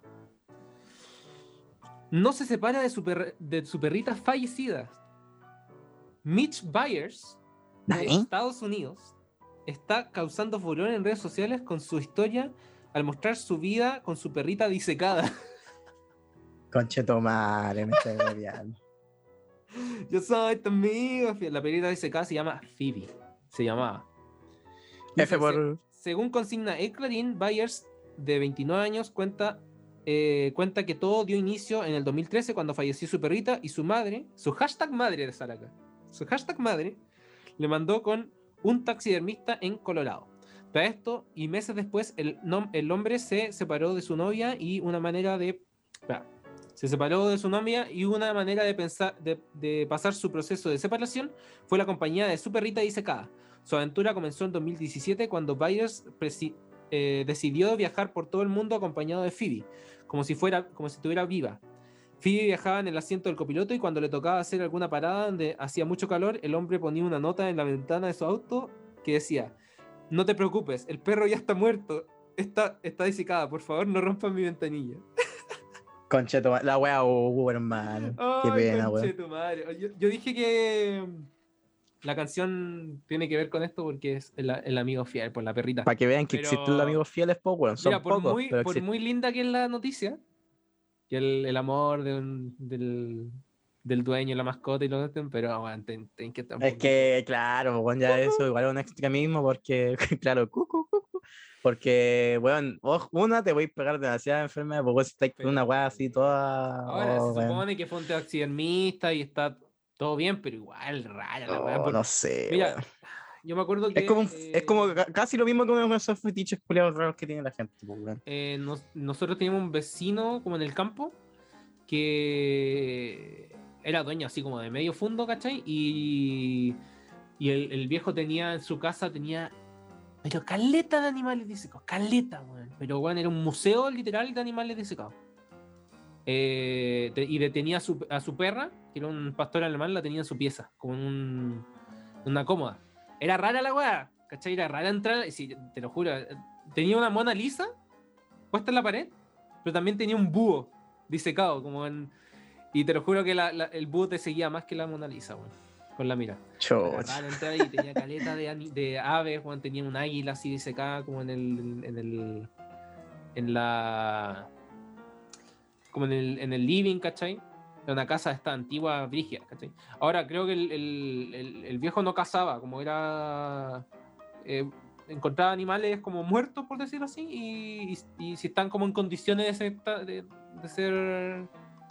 no se separa de su perrita fallecida. Mitch Byers, de Estados Unidos, está causando furor en redes sociales con su historia al mostrar su vida con su perrita disecada. Conchetomare, me está rodeando. Yo soy tu amigo. La perrita disecada se llama Phoebe. Se llamaba. Dice, según consigna el Clarín, Byers, de 29 años, cuenta que todo dio inicio en el 2013 cuando falleció su perrita y su madre, su hashtag madre de Saraka, su hashtag madre, le mandó con un taxidermista en Colorado. Para esto, y meses después, el hombre se separó de su novia y una manera de... Se separó de su novia y una manera de pasar su proceso de separación fue la compañía de su perrita disecada. Su aventura comenzó en 2017 cuando Byers decidió viajar por todo el mundo acompañado de Phoebe, como si estuviera viva. Phoebe viajaba en el asiento del copiloto y cuando le tocaba hacer alguna parada donde hacía mucho calor, el hombre ponía una nota en la ventana de su auto que decía: no te preocupes, el perro ya está muerto, está disecada, por favor no rompas mi ventanilla. Concheto, la wea, hermano. Qué Ay, pena, conche weón. tu madre. Yo dije que la canción tiene que ver con esto porque es el amigo fiel, por la perrita. Para que vean que existen los Pero, amigos fieles, pues, weón. Son mira, pocos, pero por existen. muy linda que es la noticia, que el amor del dueño, la mascota y lo que pero bueno, ten que estar un Es poquito. que, claro, weón, ya eso igual es un extremismo porque, claro, porque, weón, una te voy a pegar demasiada enfermedad, porque si estáis con una Pero weá así toda, ahora se oh, weón, supone que fue un accidentista y está todo bien, pero igual rara la weá. oh, no sé, weón. Mira, yo me acuerdo Es como, que es como casi lo mismo que uno de esos fetiches culiados raros que tiene la gente, pues, weón. nosotros teníamos un vecino como en el campo que era dueño así como de medio fondo, ¿cachai? Y el viejo tenía en su casa, pero caleta de animales disecados, caleta, weón. Pero weón, era un museo literal de animales disecados. Y detenía a su perra, que era un pastor alemán, la tenía en su pieza, como en una cómoda. Era rara la weá, ¿cachai? Era rara entrar, sí, te lo juro. Tenía una Mona Lisa puesta en la pared, pero también tenía un búho disecado, y te lo juro que el búho te seguía más que la Mona Lisa, weón, con la mira. Era Choch. raro entrar y tenía caleta de aves, weón, tenía un águila así disecada como en la como en el living, ¿cachai? De una casa esta antigua, brígida, ¿cachai? Ahora creo que el viejo no cazaba, como era. Encontraba animales como muertos, por decirlo así, y si están como en condiciones de ser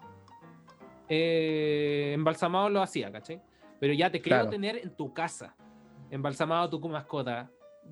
embalsamados, lo hacía, ¿cachai? Pero ya te creo Claro. tener en tu casa embalsamado tu mascota.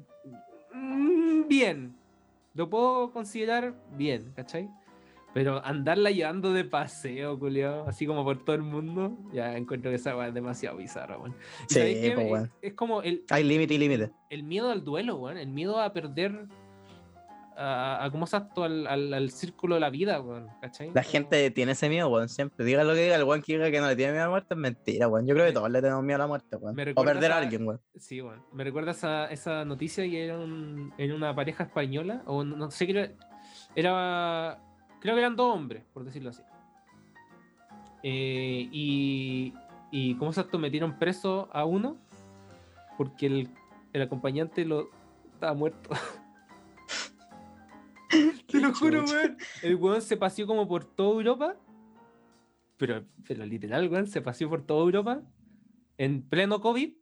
Bien, lo puedo considerar bien, ¿cachai? Pero andarla llevando de paseo, culiao, así como por todo el mundo, ya encuentro que esa weá es demasiado bizarra, weón. ¿Y sabéis Sí, pues, qué? weón. Es como Hay límite y límite. el miedo al duelo, weón. El miedo a perder, ¿cómo se actúa al círculo de la vida, weón? ¿Cachai? La gente tiene ese miedo, weón, siempre. Diga lo que diga, el weón que diga que no le tiene miedo a la muerte es mentira, weón. Yo creo que Me, todos le tenemos miedo a la muerte, weón. me O recuerda perder a alguien, weón. sí, weón. Me recuerda esa noticia y era una pareja española, o no sé qué creo que eran dos hombres, por decirlo así. Eh, y, y ¿cómo se metieron preso a uno? Porque el acompañante estaba muerto. Te Qué lo juro, chucha. weón. El weón se paseó como por toda Europa. Pero literal, weón, se paseó por toda Europa en pleno COVID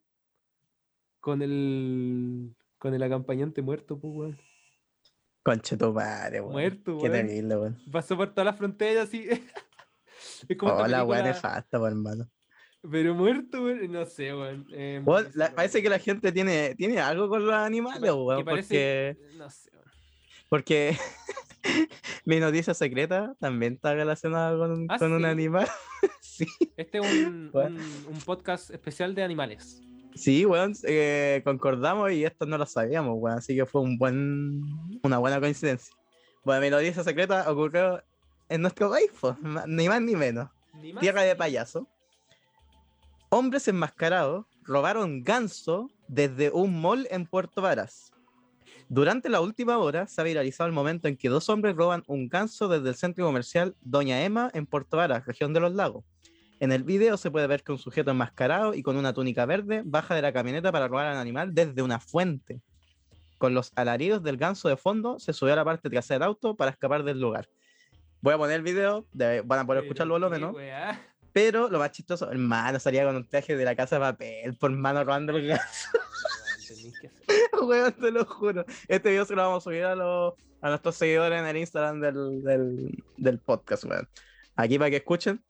con el acompañante muerto, pues, weón. Conche tu madre, weón. Muerto, Qué weón. terrible, weón. Pasó por todas las fronteras así. Es como esta Oh, la weá película, nefasta, weón, hermano. pero muerto, weón. No sé, weón. Muy Weón, bizarro, parece que weón. la gente tiene algo con los animales, Que weón, parece. porque, No sé, weón. porque mi noticia secreta también está relacionada Ah, con un sí. animal. Sí, Este es weón. un podcast especial de animales. Sí, weón, concordamos y esto no lo sabíamos, weón, así que fue una buena coincidencia. Bueno, mi noticia secreta ocurrió en nuestro país, pues, ni más ni menos. Ni más Tierra de ni menos. payaso. Hombres enmascarados robaron ganso desde un mall en Puerto Varas. Durante la última hora se ha viralizado el momento en que dos hombres roban un ganso desde el centro comercial Doña Emma en Puerto Varas, región de los lagos. En el video se puede ver que un sujeto enmascarado y con una túnica verde baja de la camioneta para robar al animal desde una fuente. Con los alaridos del ganso de fondo, se subió a la parte trasera del auto para escapar del lugar. Voy a poner el video, van a poder Pero escucharlo por lo qué menos. weá. Pero lo más chistoso, hermano, salía con un traje de la casa de papel por mano robando el ganso. No, weón, tenéis que hacer. Weón, te lo juro. Este video se lo vamos a subir a nuestros seguidores en el Instagram del podcast, weón. Aquí para que escuchen.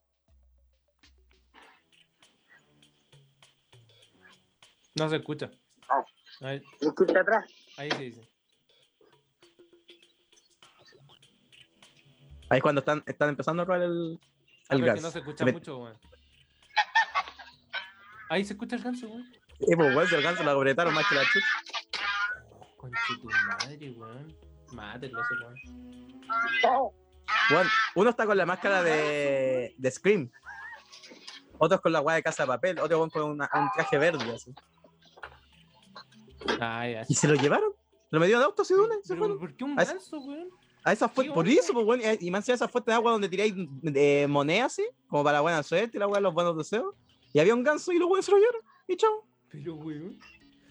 No se escucha. Oh, Ahí, escucha atrás. ahí se dice. Ahí es cuando están empezando a robar el Pero es que ganso. no se escucha mucho, weón. Ahí se escucha el ganso, weón. Pues weón, si el ganso lo apretaron más que la chucha. Conche tu madre, weón. Mátenlo ese weón. Weón, uno está con la máscara de Scream. Otros con la weá de Casa de Papel. Otro weón con un traje verde, así. Ay, ¿Y se lo llevaron? ¿Lo metieron en auto así de una? ¿Se pero fueron? ¿por qué un A esa- ganso, weón? A esa fuente, ¿Qué por onda? eso, pues, weón. Y más allá de esa fuente de agua donde tiráis monedas, así, como para la buena suerte y la weá de los buenos deseos. Y había un ganso y los weones se lo llevaron. Y chao. Pero, weón.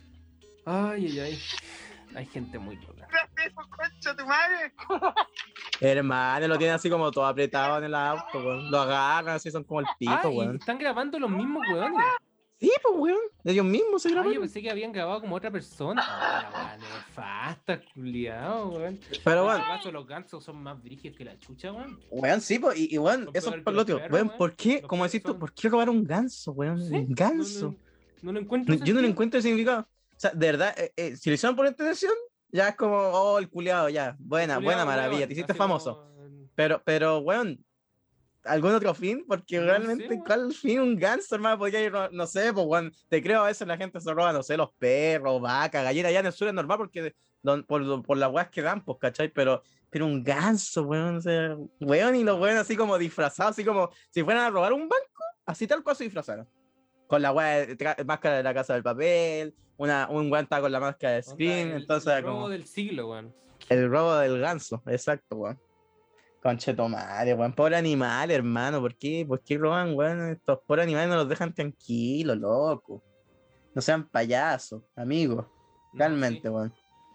Ay. Hay gente muy loca. ¡Concha tu madre! Hermano, lo tienen así como todo apretado en el auto, weón. Lo agarran así, son como el pico, Y weón. están grabando los mismos weones. Sí, pues, weón. Ellos mismos se Ay, yo grabaron. pensé que habían grabado como otra persona. Ah, la weá nefasta, culiao, weón. Pero, En weón, todo caso, los gansos son más brígidos que la chucha, weón. weón, sí, pues, y weón, Son eso peores es que por lo los otro. perros, Weón, weón. ¿por qué? Los Como perros decís tú, son- ¿por qué robar un ganso, weón? Sí, Un ganso. No lo encuentro. Yo no le sentido. encuentro el significado. O sea, de verdad, si lo hicieron por intención, ya es como, oh, el culiado, ya. Buena Culiao, maravilla, weón, te hiciste así famoso. como- Pero, weón, ¿algún otro fin? Porque No realmente, sé, weón. ¿cuál fin? Un ganso, hermano, podría ir, no sé, pues, weón, te creo, a veces la gente se roba, no sé, los perros, vacas, gallinas, allá en el sur es normal porque por las weas que dan, pues, ¿cachai? Pero un ganso, weón, o sea, weón, y los weón así como disfrazados, así como si fueran a robar un banco, así tal cual se disfrazaron. Con la wea de máscara de la Casa del Papel, un weón está con la máscara de Onda, Scream, entonces el era robo como del siglo, weón. el robo del ganso, exacto, weón. Conchetomare, weón, pobre animal, hermano, ¿por qué? ¿Por qué roban, weón? Estos pobres animales no los dejan tranquilos, loco. No sean payasos, amigos. No, Realmente, sí. weón.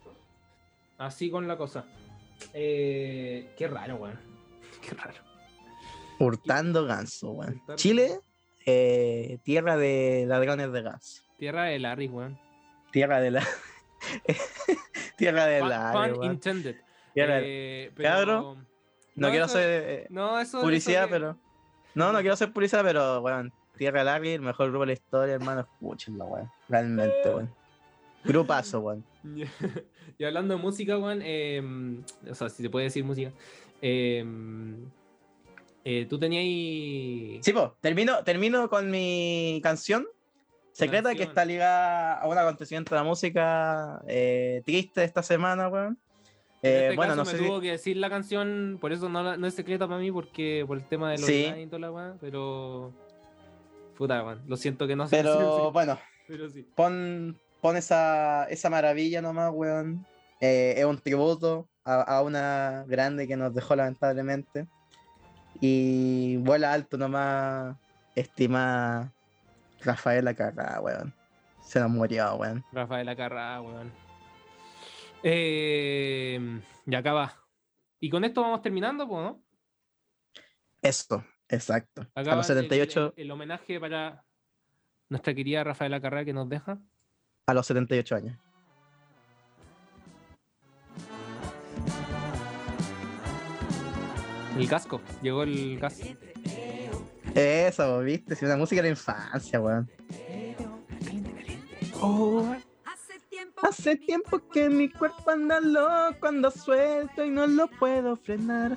Así con la cosa. Qué raro, weón. Qué raro. Hurtando ganso, weón. Hurtar- Chile, tierra de ladrones de ganso. Tierra de Larry, weón. Tierra de la. Tierra de Pun la. pun intended. Tierra de... Pero... Cabro, no quiero eso- hacer No, eso... publicidad, eso que- pero. No quiero hacer publicidad, pero, weón. Tierra Larry, el mejor grupo de la historia, hermano. Escúchenlo, weón. Realmente, weón. Grupazo, weón. Y hablando de música, weón, o sea, si se puede decir música, tú tenías ahí... Sí, pues, termino con mi canción secreta que Canción. está ligada a un acontecimiento de la música triste de esta semana, weón. En este Bueno, caso no me sé tuvo que decir la canción, por eso no es secreta para mí, porque por el tema de los Sí. online y toda la weá, pero... Puta, weón, lo siento que no sé Pero decir, bueno, pero sí. pon esa maravilla nomás, weón. Es un tributo a una grande que nos dejó lamentablemente. Y vuela alto nomás, estimada Rafaela Carrá, weón. Se nos murió, weón. Rafael Acarra, weón. Ya acaba. Y con esto vamos terminando, pues, ¿no? Eso, exacto. A Acaba los 78, el homenaje para nuestra querida Rafaela Carrá que nos deja. a los 78 años. El casco, llegó el casco. Eso, viste, si una música de la infancia, weón. Oh, Hace tiempo que mi cuerpo anda loco, ando suelto y no lo puedo frenar.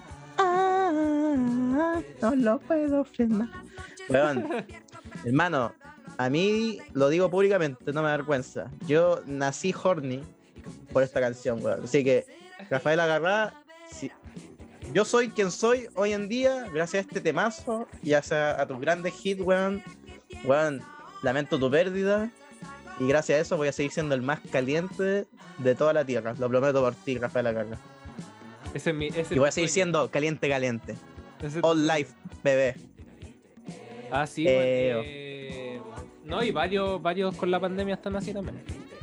No lo puedo frenar. Weón, hermano, a mí lo digo públicamente, no me da vergüenza. Yo nací horny por esta canción, weón. Así que, Rafael Agarrá, si, yo soy quien soy hoy en día, gracias a este temazo y gracias a tus grandes hits, weón. Weón, lamento tu pérdida. Y gracias a eso voy a seguir siendo el más caliente de toda la tierra. Lo prometo por ti, Rafael Agarrá. ese es mi. Y voy a seguir siendo caliente. All life, bebé. Ah, sí, no, y varios con la pandemia están así también.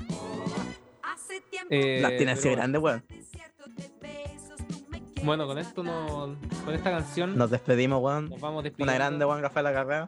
Las tiene así pero grande, weón. bueno, con esto con esta canción Nos despedimos, weón. nos vamos despidiendo. Una grande, weón, Rafael Agarrá.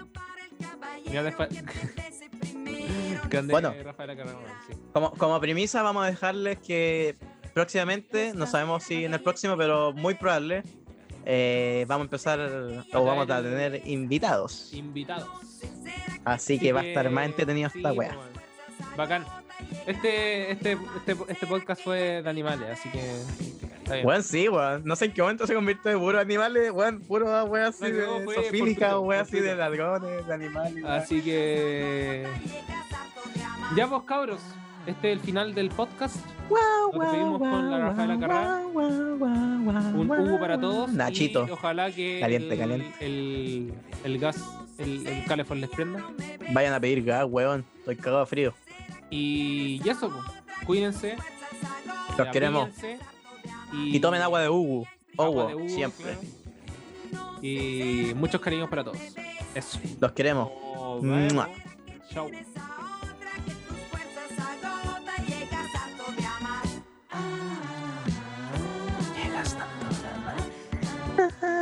Grande Bueno. Rafael Acarrá, sí. Como premisa, vamos a dejarles que próximamente, no sabemos si en el próximo, pero muy probable, vamos a empezar o vamos a tener invitados. Invitados. Así que va a estar más entretenido sí, esta wea. bueno. Bacán. Este podcast fue de animales, así que Está bien. Weón, sí, weón. No sé en qué momento se convirtió de puros animales, weón. Puro weón así de No, fue sofílica, fortuito, weón así de fortuito. ladrones, de animales. weón. Así que. Ya pues, cabros. Este es el final del podcast. Nos despedimos con la Rafaela Carrá. Un Hugo para todos. Nachito. Y ojalá que Caliente, el, caliente. el gas, el calefón les prenda. Vayan a pedir gas, weón. Estoy cagado de frío. Y eso, pues. Cuídense. Los queremos. abríguense, Y tomen agua de Ugu. agua de Owo, uva, siempre. claro. Y muchos cariños para todos. Eso. Los queremos. Nos vemos. Mua. Chao.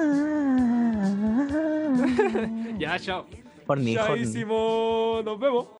Ya, chao. Horny, horny. Chaísimo. Nos vemos.